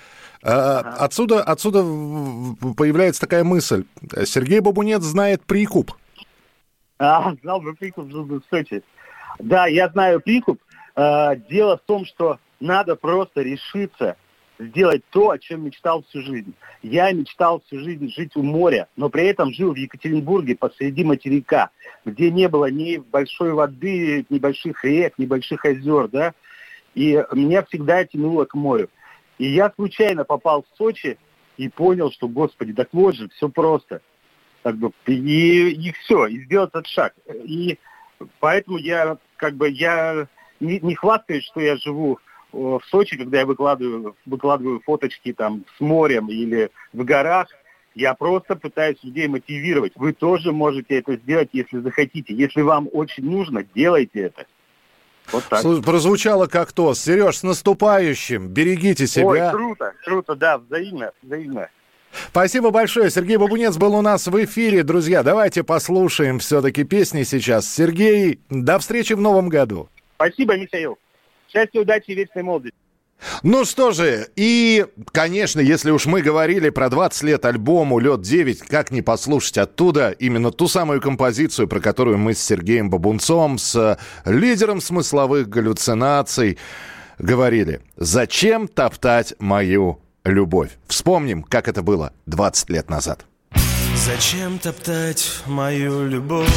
Отсюда появляется такая мысль. Сергей Бабунец знает Прикуп. Знал бы Прикуп, жил бы в Сочи. Да, я знаю Прикуп. Дело в том, что надо просто решиться сделать то, о чем мечтал всю жизнь. Я мечтал всю жизнь жить у моря, но при этом жил в Екатеринбурге посреди материка, где не было ни большой воды, ни больших рек, ни больших озер, да. И меня всегда тянуло к морю. И я случайно попал в Сочи и понял, что, господи, так вот же, все просто. Как бы, и все, и сделать этот шаг. И поэтому я не хвастаюсь, что я живу в Сочи, когда я выкладываю фоточки там с морем или в горах. Я просто пытаюсь людей мотивировать. Вы тоже можете это сделать, если захотите. Если вам очень нужно, делайте это. Вот так. Прозвучало как тост. Сереж, с наступающим. Берегите себя. Ой, круто, да, взаимно. Спасибо большое. Сергей Бабунец был у нас в эфире. Друзья, давайте послушаем все-таки песни сейчас. Сергей, до встречи в новом году. Спасибо, Михаил. Счастья, удачи и вечной молодости. Ну что же, и, конечно, если уж мы говорили про 20 лет альбому «Лед-9», как не послушать оттуда именно ту самую композицию, про которую мы с Сергеем Бабунцом, с лидером смысловых галлюцинаций, говорили. «Зачем топтать мою любовь?» Вспомним, как это было 20 лет назад. Зачем топтать мою любовь?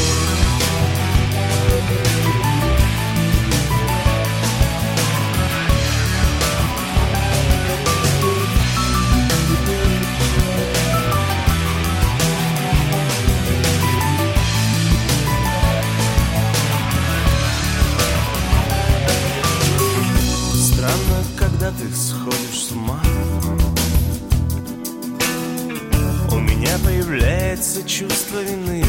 Странно, когда ты сходишь с ума, у меня появляется чувство вины.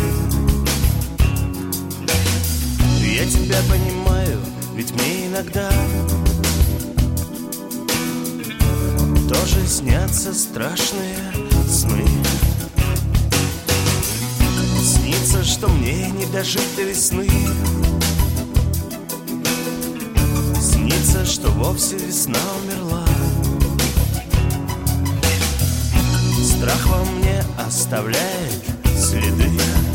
Я тебя понимаю, ведь мне иногда тоже снятся страшные сны. Снится, что мне не дожить до весны. Снится, что вовсе весна умерла. Страх во мне оставляет следы.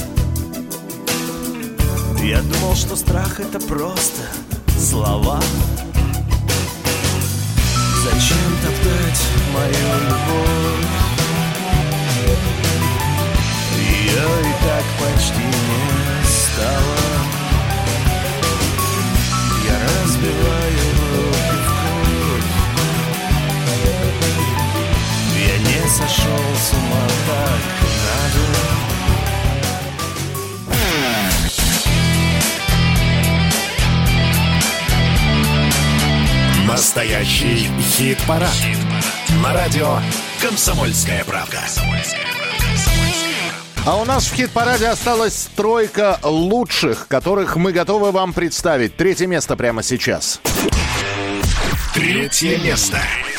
Я думал, что страх — это просто слова. Зачем топтать мою любовь? Ее и так почти не стало. Я разбиваю руки в кровь. Я не сошел с ума, так надо. Настоящий хит-парад. На радио «Комсомольская правда». А у нас в хит-параде осталась тройка лучших, которых мы готовы вам представить. Третье место прямо сейчас. Третье место.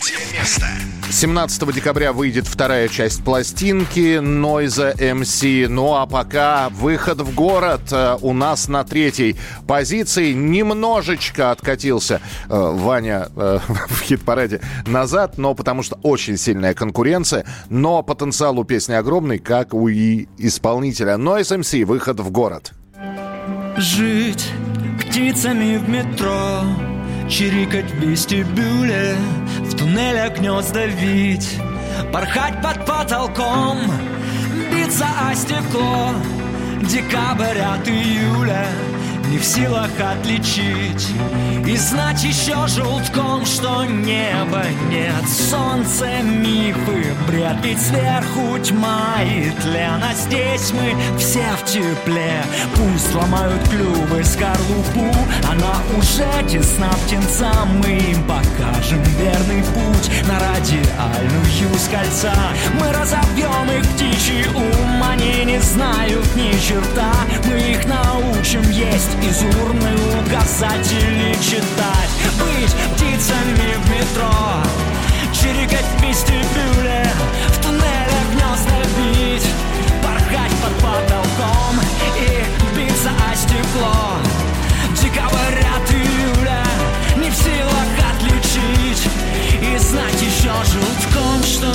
17 декабря выйдет вторая часть пластинки Noise MC. Ну а пока выход в город у нас на третьей позиции. Немножечко откатился Ваня в хит-параде назад, но потому что очень сильная конкуренция. Но потенциал у песни огромный, как у исполнителя. Noise MC, выход в город. Жить птицами в метро, чирикать в вестибюле, в туннелях гнезда вить, порхать под потолком, биться о стекло. Декабрь от июля не в силах отличить и знать еще желтком, что неба нет. Солнце, мифы, бред, ведь сверху тьма и тлен, а здесь мы все в тепле. Пусть ломают клювы скорлупу, она уже тесна птенцам. Мы им покажем верный путь на радиальную с кольца. Мы разобьем их птичий ум, они не знают ни черта. Мы их научим есть из урны указатели читать. Быть птицами в метро, чирикать в вестибюле, в туннелях гнезда бить, порхать под потолком и биться о стекло. Декабрь от июля не в силах отличить и знать еще желтком, что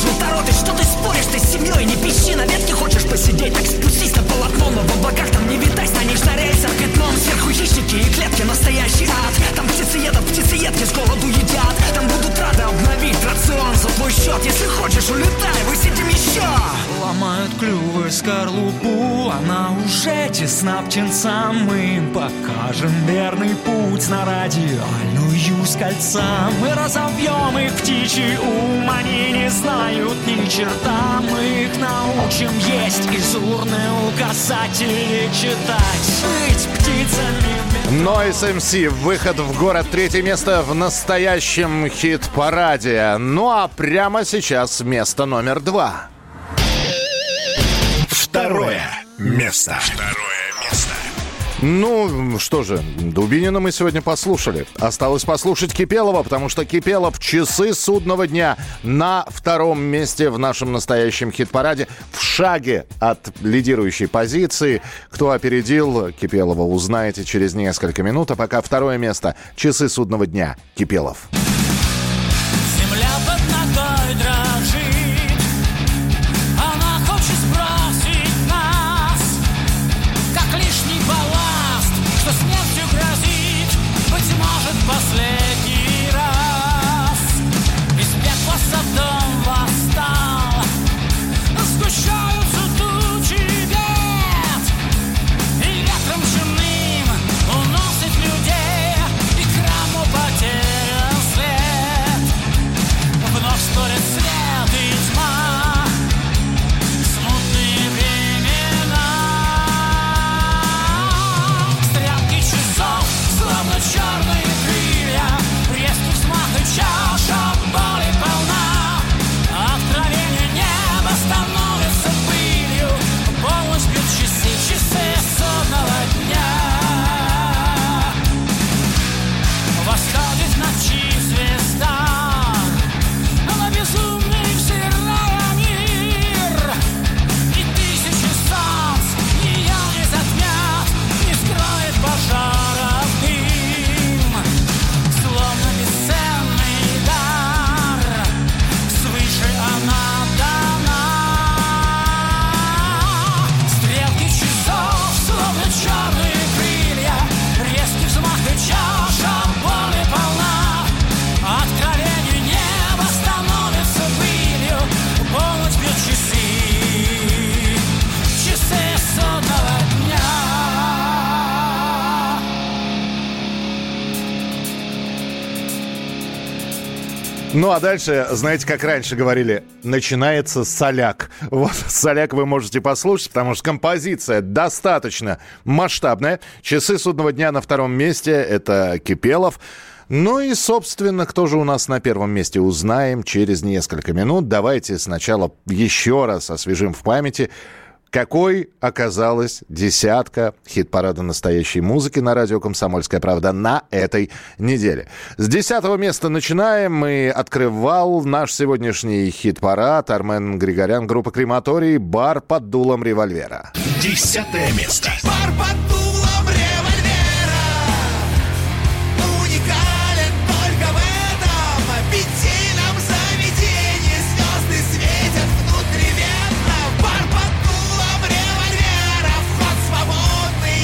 желторотый, что ты споришь, ты с семьей, не пищи, на ветке хочешь посидеть, так спустись на полотно, но в облаках там не витай, станешь на рельсах пятном, сверху хищники и клетки, настоящий ад, там птицеедов, птицеедки с голоду едят, там будут рады обновить рацион за твой счет, если хочешь, улетай, высидим еще. Ломают клювы скорлупу, она уже тесна птенцам, мы им покажем верный путь на радиальную с кольца. Мы разовьем их птичий ум, они не знают ни черта, мы их научим есть из урны указатели читать, быть птицами. Noise MC, выход в город, 3 место в настоящем хит-параде. Ну а прямо сейчас место номер 2. Второе место. Ну, что же, Дубинина мы сегодня послушали. Осталось послушать Кипелова, потому что Кипелов «Часы судного дня» на 2 месте в нашем настоящем хит-параде. В шаге от лидирующей позиции. Кто опередил Кипелова, узнаете через несколько минут. А пока 2 место «Часы судного дня» Кипелов. Земля под ногой дрожит, она хочет сбросить нас, как лишний балласт, что смертью грозит, быть может, последний раз. Из пепла Содом восстал, сгущаются тучи бед, и ветром чумным уносит людей, и к храму потерян след. Вновь спорят свет и тьма, смутные времена. Стрелки часов, словно черные крылья, резкий взмах и чаша боли полна. Откровение неба становится пылью, полночь бьют часы, часы судного дня. Восходит в ночи звезда, на безумный взирая мир, и тысячи солнц ее не затмят, не скроет пожара дым. Словно бесценный дар, свыше она дана. Стрелки часов, словно черные крылья, резкий взмах и чаша боли полна. Откровению неба становится пылью, полночь бьют часы, часы судного дня. Ну, а дальше, знаете, как раньше говорили, начинается соляк. Вот соляк вы можете послушать, потому что композиция достаточно масштабная. «Часы судного дня» на 2 месте, это Кипелов. Ну и, собственно, кто же у нас на 1 месте, узнаем через несколько минут. Давайте сначала еще раз освежим в памяти, какой оказалась десятка хит-парада настоящей музыки на радио «Комсомольская правда» на этой неделе. С 10 места начинаем. И открывал наш сегодняшний хит-парад Армен Григорян, группа «Крематорий», «Бар под дулом револьвера». 10 место. Бар под дулом револьвера уникален только в этом питейном заведении. Звезды светят внутривенно. Бар под дулом револьвера, вход свободный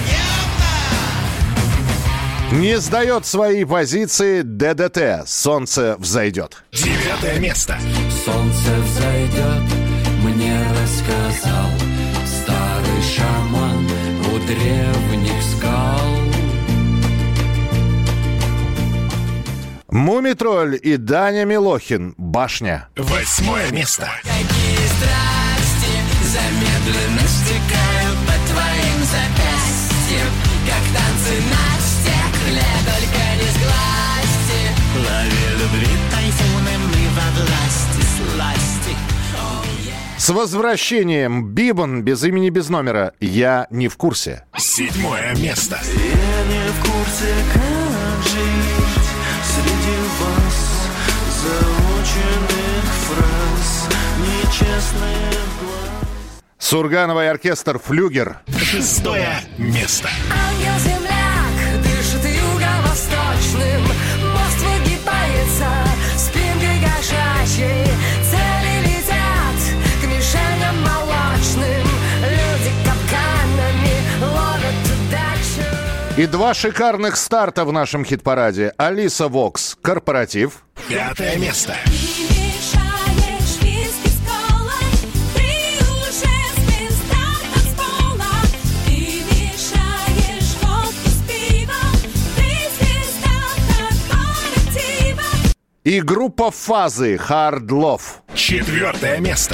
ежедневно. Не сдает свои позиции ДДТ «Солнце взойдет». 9 место. Солнце взойдет, мне рассказал старый шаман у древних скал. Мумитроль и Даня Милохин, «Башня». 8 место. Какие страсти замедленно стекают по твоим запястьям, как танцы на стекле, только не сглазьте. Лови любви тайфуны, мы во власти сласти. С возвращением Бибан без имени, без номера. «Я не в курсе». 7 место. Я не в курсе, как жить среди вас, заученных фраз, нечестных глаз. Сургановый оркестр «Флюгер». 6 место. Ангел-земляк дышит юго-восточным, мост выгибается спинкой кошачьей, цели И два шикарных старта в нашем хит-параде. Алиса Вокс «Корпоратив». 5 место. И группа «Фазы» «Hard Love». 4 место.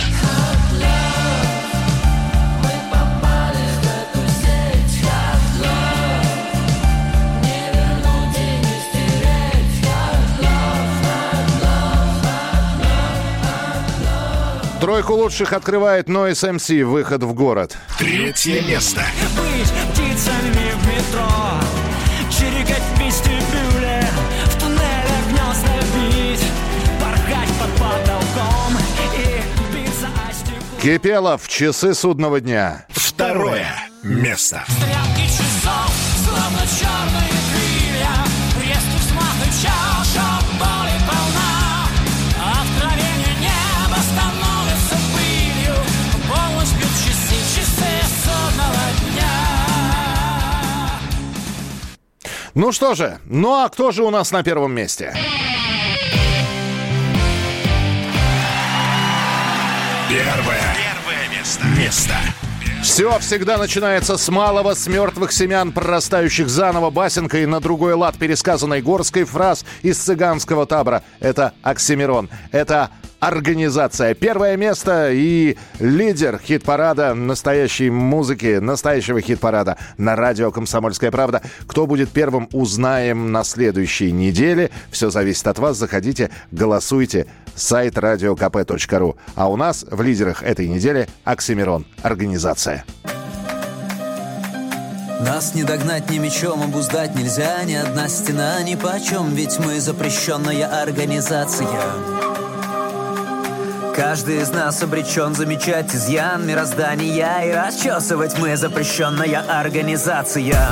Тройку лучших открывает Noise MC «Выход в город». 3 место. Быть птицами в метро, чирикать в вестибюле, в туннелях гнезда бить, порхать под потолком и биться о стекло. Кипелов «Часы судного дня». 2 место. Стрелки часов, словно черные крылья, резкий взмах и чаша боли полна, а в траве небо становится пылью, полночь бьют часы судного дня. Ну что же, ну а кто же у нас на первом месте? Первое место. Все всегда начинается с малого, с мертвых семян, прорастающих заново басенкой на другой лад пересказанной горской фраз из цыганского табора. Это Оксимирон. Это организация. 1 место и лидер хит-парада настоящей музыки, настоящего хит-парада на радио «Комсомольская правда». Кто будет первым, узнаем на следующей неделе. Все зависит от вас. Заходите, голосуйте. Сайт radiokp.ru. А у нас в лидерах этой недели Оксимирон. Организация. Нас не догнать ни мечом, обуздать нельзя. Ни одна стена ни почем, ведь мы запрещенная организация. Каждый из нас обречен замечать изъян мироздания, и расчесывать мы запрещенная организация.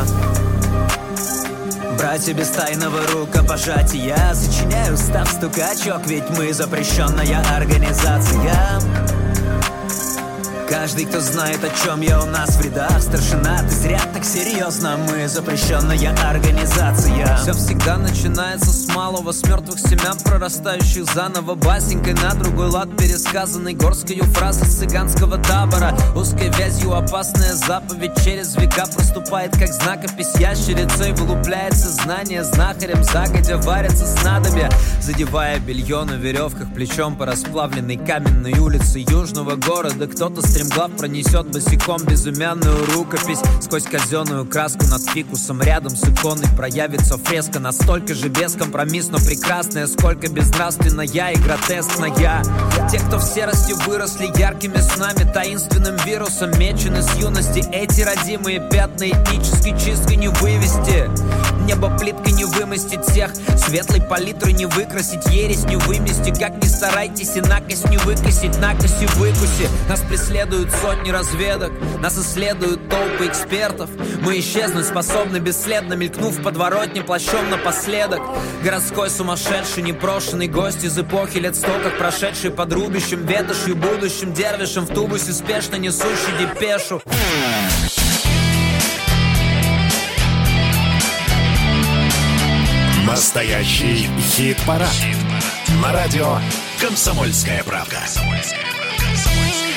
Братья без тайного рукопожатия, сочиняю став стукачок, ведь мы запрещенная организация. Каждый, кто знает, о чем я у нас в рядах, старшина, ты зря так серьезно, мы запрещенная организация. Все всегда начинается с малого, с мертвых семян, прорастающих заново басенькой на другой лад, пересказанной горской фразы цыганского табора. Узкой вязью опасная заповедь через века проступает, как знакопись ящерицей, вылупляется знание знахарем, загодя варится снадобья, задевая белье на веревках плечом по расплавленной каменной улице южного города. Кто-то стремглав пронесет босиком безымянную рукопись сквозь казенную краску над фикусом. Рядом с иконой проявится фреска, настолько же бескомпромиссно прекрасная, сколько безнравственная и гротескная. Те, кто в серости выросли яркими снами, таинственным вирусом мечены с юности. Эти родимые пятна этнической чисткой не вывести, небо плиткой не вымостить всех, светлой палитрой не выкрасить, ересь не вымести. Как ни старайтесь и накость не выкосить, накоси выкуси. Нас преследуют сотни разведок, нас исследуют толпы экспертов. Мы исчезнуть способны бесследно, мелькнув подворотне плащом напоследок. Городской сумасшедший, непрошенный гость из эпохи лет 100, как прошедший под рубящим ветошью будущим дервишем в тубусе, спешно несущий депешу. Настоящий хит-парад. На радио «Комсомольская правда».